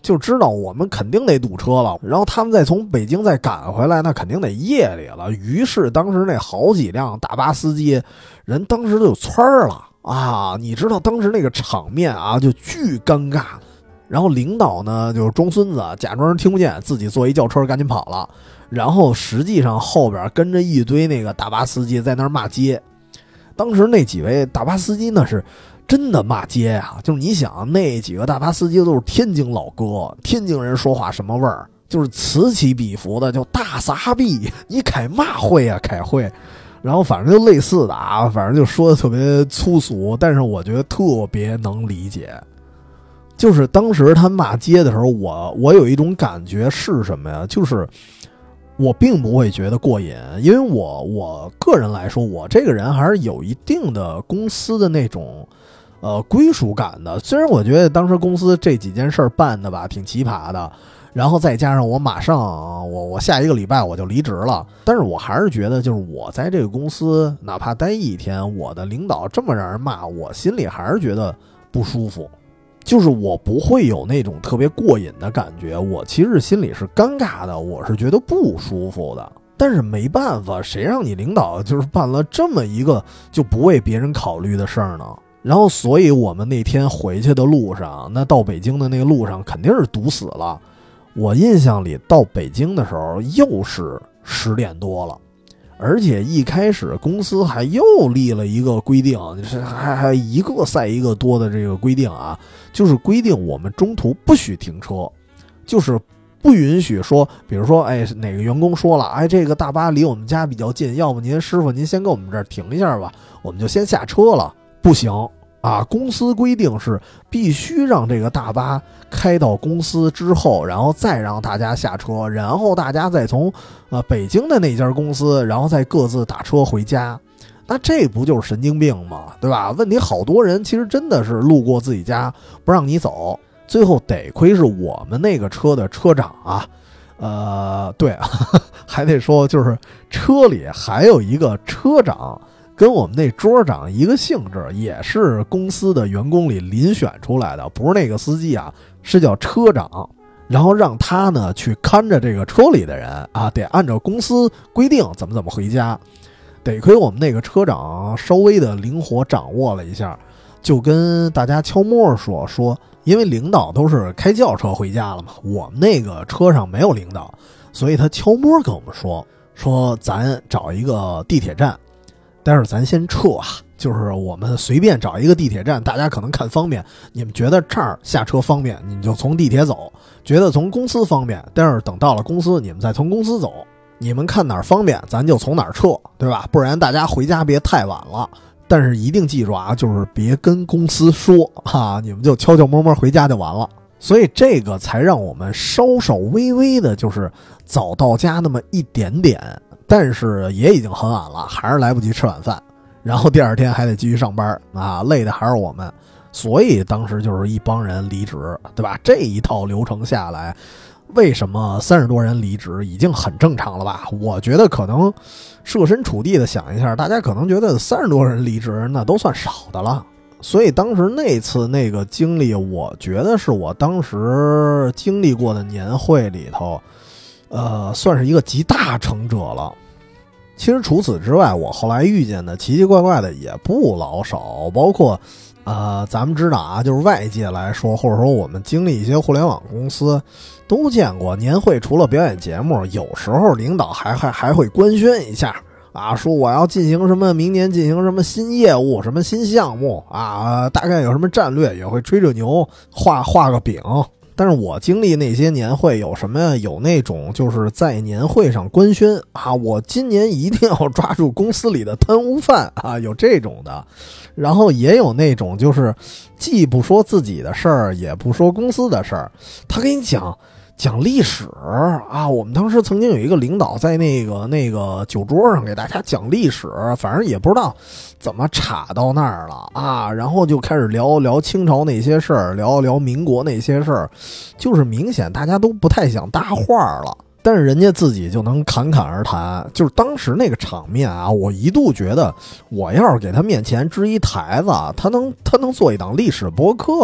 就知道我们肯定得堵车了，然后他们再从北京再赶回来，那肯定得夜里了。于是当时那好几辆大巴司机人当时就窜了啊！你知道当时那个场面啊，就巨尴尬。然后领导呢就装孙子，假装听不见，自己坐一轿车赶紧跑了。然后实际上后边跟着一堆那个大巴司机在那儿骂街。当时那几位大巴司机呢是真的骂街呀、啊，就是你想那几个大巴司机都是天津老哥，天津人说话什么味儿，就是此起彼伏的，就大撒币，你开嘛会啊，开会。然后反正就类似的啊，反正就说的特别粗俗，但是我觉得特别能理解。就是当时他骂街的时候，我我有一种感觉是什么呀？就是我并不会觉得过瘾，因为我我个人来说，我这个人还是有一定的公司的那种呃归属感的。虽然我觉得当时公司这几件事办的吧挺奇葩的，然后再加上我马上我我下一个礼拜我就离职了，但是我还是觉得就是我在这个公司哪怕待一天，我的领导这么让人骂，我心里还是觉得不舒服。就是我不会有那种特别过瘾的感觉，我其实心里是尴尬的，我是觉得不舒服的。但是没办法，谁让你领导就是办了这么一个就不为别人考虑的事儿呢？然后所以我们那天回去的路上，那到北京的那个路上肯定是堵死了。我印象里到北京的时候又是十点多了，而且一开始公司还又立了一个规定，就是还还一个赛一个多的这个规定啊，就是规定我们中途不许停车，就是不允许说，比如说，哎，哪个员工说了，哎，这个大巴离我们家比较近，要不您师傅您先给我们这儿停一下吧，我们就先下车了，不行啊！公司规定是必须让这个大巴开到公司之后，然后再让大家下车，然后大家再从呃北京的那家公司，然后再各自打车回家。那这不就是神经病吗？对吧？问题好多人其实真的是路过自己家不让你走，最后得亏是我们那个车的车长啊，呃，对，还得说就是车里还有一个车长。跟我们那桌长一个性质，也是公司的员工里遴选出来的，不是那个司机啊，是叫车长。然后让他呢去看着这个车里的人啊，得按照公司规定怎么怎么回家。得亏我们那个车长稍微的灵活掌握了一下，就跟大家悄摸说说，因为领导都是开轿车回家了嘛，我们那个车上没有领导，所以他悄摸跟我们说说咱找一个地铁站。待会儿咱先撤啊，就是我们随便找一个地铁站，大家可能看方便，你们觉得这儿下车方便，你们就从地铁走；觉得从公司方便，待会儿等到了公司，你们再从公司走。你们看哪儿方便，咱就从哪儿撤，对吧？不然大家回家别太晚了。但是一定记住啊，就是别跟公司说啊，你们就悄悄摸摸回家就完了。所以这个才让我们稍稍微微的，就是早到家那么一点点。但是也已经很晚了，还是来不及吃晚饭，然后第二天还得继续上班啊，累的还是我们。所以当时就是一帮人离职，对吧？这一套流程下来，为什么三十多人离职已经很正常了吧？我觉得可能设身处地的想一下，大家可能觉得三十多人离职那都算少的了。所以当时那次那个经历，我觉得是我当时经历过的年会里头呃，算是一个集大成者了。其实除此之外，我后来遇见的奇奇怪怪的也不老少，包括呃，咱们知道啊，就是外界来说，或者说我们经历一些互联网公司，都见过年会除了表演节目，有时候领导还还还会官宣一下啊，说我要进行什么，明年进行什么新业务，什么新项目啊，大概有什么战略，也会吹着牛，画画个饼。但是我经历那些年会有什么呀？有那种就是在年会上官宣啊，我今年一定要抓住公司里的贪污犯啊，有这种的。然后也有那种就是既不说自己的事儿，也不说公司的事儿，他给你讲讲历史啊。我们当时曾经有一个领导在那个那个酒桌上给大家讲历史，反正也不知道怎么插到那儿了啊，然后就开始聊聊清朝那些事儿，聊聊民国那些事儿，就是明显大家都不太想搭话了，但是人家自己就能侃侃而谈。就是当时那个场面啊，我一度觉得我要是给他面前支一台子，他能他能做一档历史播客了。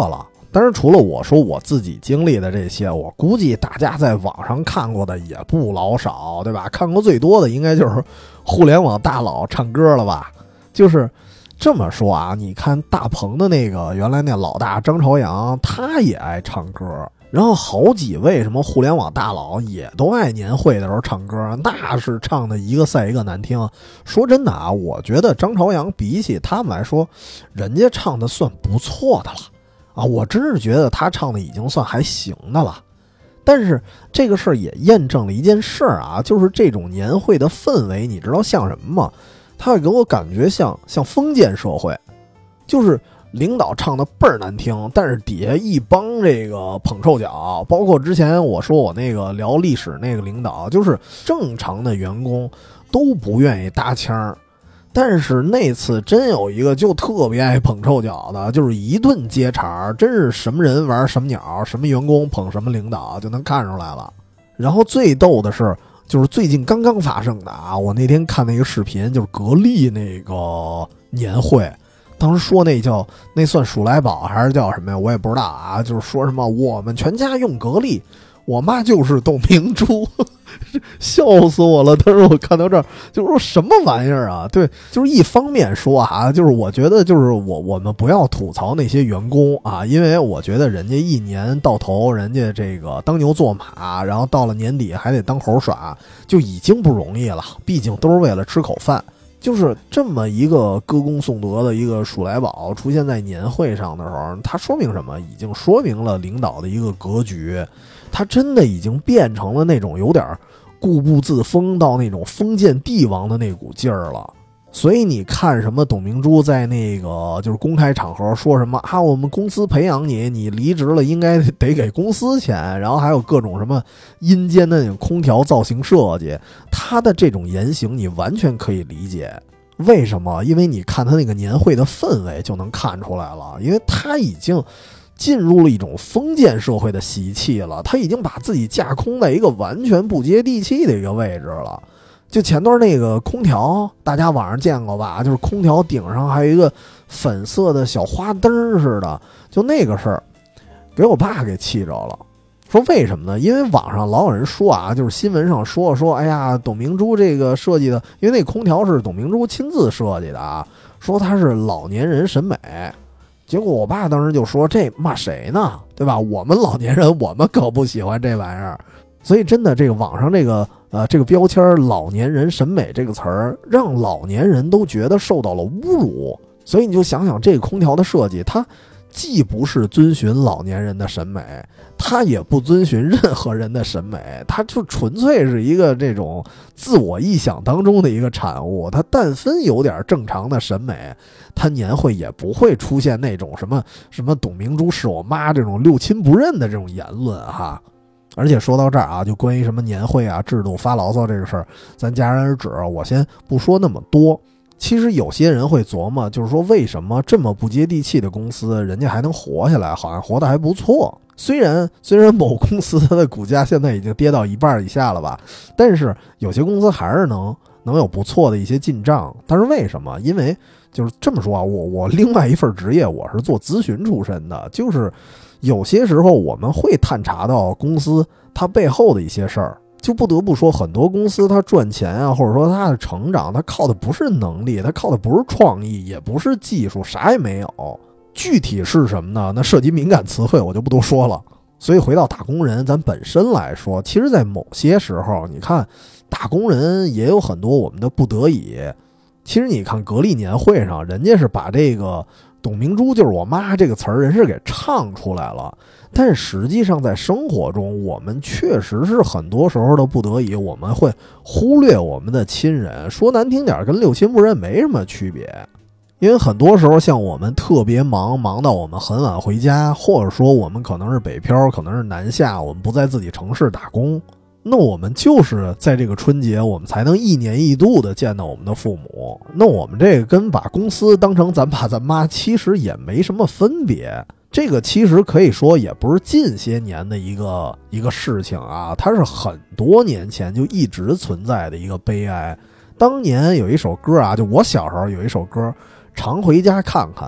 当然除了我说我自己经历的这些，我估计大家在网上看过的也不老少，对吧？看过最多的应该就是互联网大佬唱歌了吧。就是这么说啊，你看大鹏的那个原来那老大张朝阳，他也爱唱歌，然后好几位什么互联网大佬也都爱年会的时候唱歌，那是唱的一个赛一个难听。说真的啊，我觉得张朝阳比起他们来说，人家唱的算不错的了啊，我真是觉得他唱的已经算还行的了。但是这个事儿也验证了一件事儿啊，就是这种年会的氛围，你知道像什么吗？它会给我感觉像像封建社会，就是领导唱的倍儿难听，但是底下一帮这个捧臭脚，包括之前我说我那个聊历史那个领导，就是正常的员工都不愿意搭腔，但是那次真有一个就特别爱捧臭脚的，就是一顿接茬，真是什么人玩什么鸟，什么员工捧什么领导就能看出来了。然后最逗的是，就是最近刚刚发生的啊，我那天看那个视频，就是格力那个年会，当时说那叫那算鼠来宝还是叫什么呀？我也不知道啊，就是说什么我们全家用格力，我妈就是董明珠，笑死我了！当时我看到这儿，就是说什么玩意儿啊？对，就是一方面说啊，就是我觉得就是我我们不要吐槽那些员工啊，因为我觉得人家一年到头，人家这个当牛做马，然后到了年底还得当猴耍，就已经不容易了。毕竟都是为了吃口饭。就是这么一个歌功颂德的一个鼠来宝出现在年会上的时候，它说明什么？已经说明了领导的一个格局，它真的已经变成了那种有点固步自封到那种封建帝王的那股劲儿了。所以你看什么董明珠在那个就是公开场合说什么啊，我们公司培养你，你离职了应该得给公司钱，然后还有各种什么阴间的那种空调造型设计，他的这种言行你完全可以理解。为什么？因为你看他那个年会的氛围就能看出来了，因为他已经进入了一种封建社会的习气了，他已经把自己架空在一个完全不接地气的一个位置了。就前段那个空调，大家网上见过吧？就是空调顶上还有一个粉色的小花灯似的，就那个事儿，给我爸给气着了。说为什么呢？因为网上老有人说啊，就是新闻上说说，哎呀，董明珠这个设计的，因为那空调是董明珠亲自设计的啊，说它是老年人审美。结果我爸当时就说，这骂谁呢？对吧？我们老年人，我们可不喜欢这玩意儿。所以真的，这个网上这个呃这个标签老年人审美这个词儿，让老年人都觉得受到了侮辱。所以你就想想这个空调的设计，它既不是遵循老年人的审美，它也不遵循任何人的审美，它就纯粹是一个这种自我臆想当中的一个产物。它但分有点正常的审美，它年会也不会出现那种什么什么董明珠是我妈这种六亲不认的这种言论哈。而且说到这儿啊，就关于什么年会啊制度发牢骚这个事儿，咱戛然而止，我先不说那么多。其实有些人会琢磨，就是说为什么这么不接地气的公司，人家还能活下来，好像活得还不错。虽然虽然某公司它的股价现在已经跌到一半以下了吧，但是有些公司还是能能有不错的一些进账。但是为什么？因为就是这么说啊，我我另外一份职业我是做咨询出身的，就是有些时候我们会探查到公司它背后的一些事儿。就不得不说，很多公司它赚钱啊，或者说它的成长，它靠的不是能力，它靠的不是创意，也不是技术，啥也没有。具体是什么呢？那涉及敏感词汇，我就不多说了。所以回到打工人咱本身来说，其实在某些时候，你看打工人也有很多我们的不得已。其实你看格力年会上，人家是把这个董明珠就是我妈这个词儿，人是给唱出来了。但是实际上在生活中，我们确实是很多时候的不得已，我们会忽略我们的亲人，说难听点，跟六亲不认没什么区别。因为很多时候像我们特别忙，忙到我们很晚回家，或者说我们可能是北漂，可能是南下，我们不在自己城市打工，那我们就是在这个春节我们才能一年一度的见到我们的父母。那我们这个跟把公司当成咱爸咱妈其实也没什么分别。这个其实可以说也不是近些年的一个一个事情啊，它是很多年前就一直存在的一个悲哀。当年有一首歌啊，就我小时候有一首歌，常回家看看，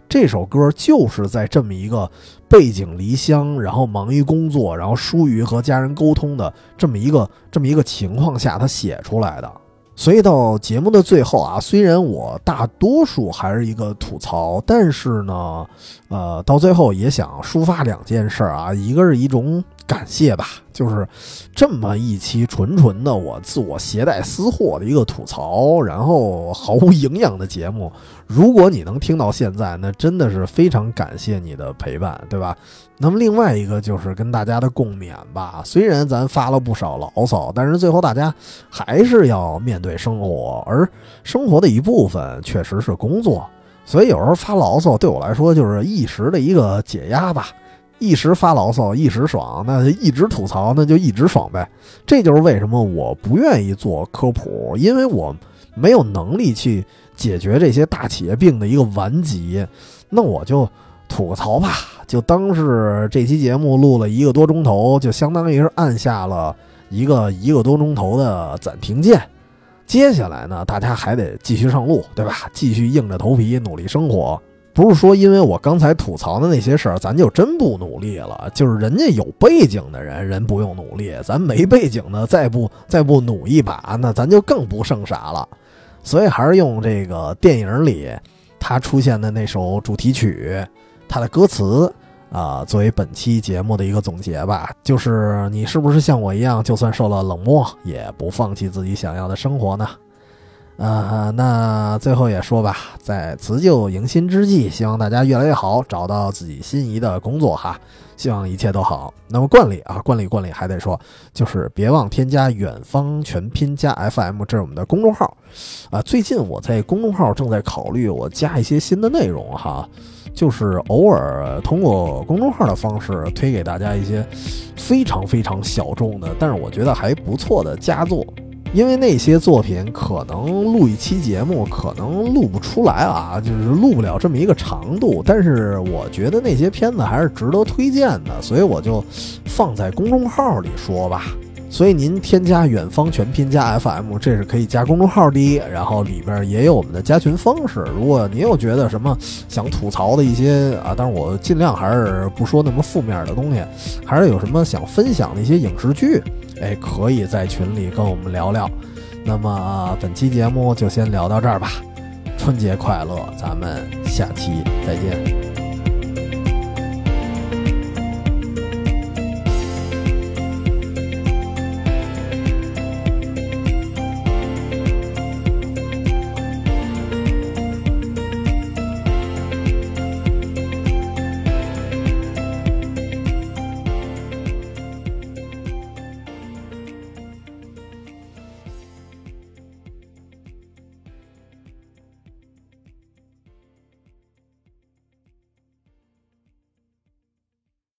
这首歌就是在这么一个背井离乡，然后忙于工作，然后疏于和家人沟通的这么一个这么一个情况下他写出来的。所以到节目的最后啊，虽然我大多数还是一个吐槽，但是呢呃，到最后也想抒发两件事啊，一个是一种感谢吧，就是这么一期纯纯的我自我携带私货的一个吐槽，然后毫无营养的节目，如果你能听到现在，那真的是非常感谢你的陪伴，对吧？那么另外一个就是跟大家的共勉吧，虽然咱发了不少牢骚，但是最后大家还是要面对生活，而生活的一部分确实是工作，所以有时候发牢骚对我来说就是一时的一个解压吧，一时发牢骚一时爽，那一直吐槽那就一直爽呗。这就是为什么我不愿意做科普，因为我没有能力去解决这些大企业病的一个顽疾，那我就吐个槽吧，就当是这期节目录了一个多钟头，就相当于是按下了一个一个多钟头的暂停键。接下来呢，大家还得继续上路，对吧？继续硬着头皮努力生活。不是说因为我刚才吐槽的那些事儿，咱就真不努力了。就是人家有背景的人，人不用努力；咱没背景的，再不再不努一把，那咱就更不剩啥了。所以还是用这个电影里他出现的那首主题曲，他的歌词啊、呃，作为本期节目的一个总结吧。就是你是不是像我一样，就算受了冷漠，也不放弃自己想要的生活呢？呃，那最后也说吧，在辞旧迎新之际，希望大家越来越好，找到自己心仪的工作哈，希望一切都好。那么惯例啊，惯例惯例还得说，就是别忘添加远方全拼加 F M， 这是我们的公众号啊。最近我在公众号正在考虑我加一些新的内容哈，就是偶尔通过公众号的方式推给大家一些非常非常小众的，但是我觉得还不错的佳作。因为那些作品可能录一期节目可能录不出来啊，就是录不了这么一个长度，但是我觉得那些片子还是值得推荐的，所以我就放在公众号里说吧。所以您添加远方全拼加 F M， 这是可以加公众号的，然后里边也有我们的加群方式。如果您有觉得什么想吐槽的一些啊，但是我尽量还是不说那么负面的东西，还是有什么想分享的一些影视剧，哎，可以在群里跟我们聊聊。那么本期节目就先聊到这儿吧，春节快乐，咱们下期再见。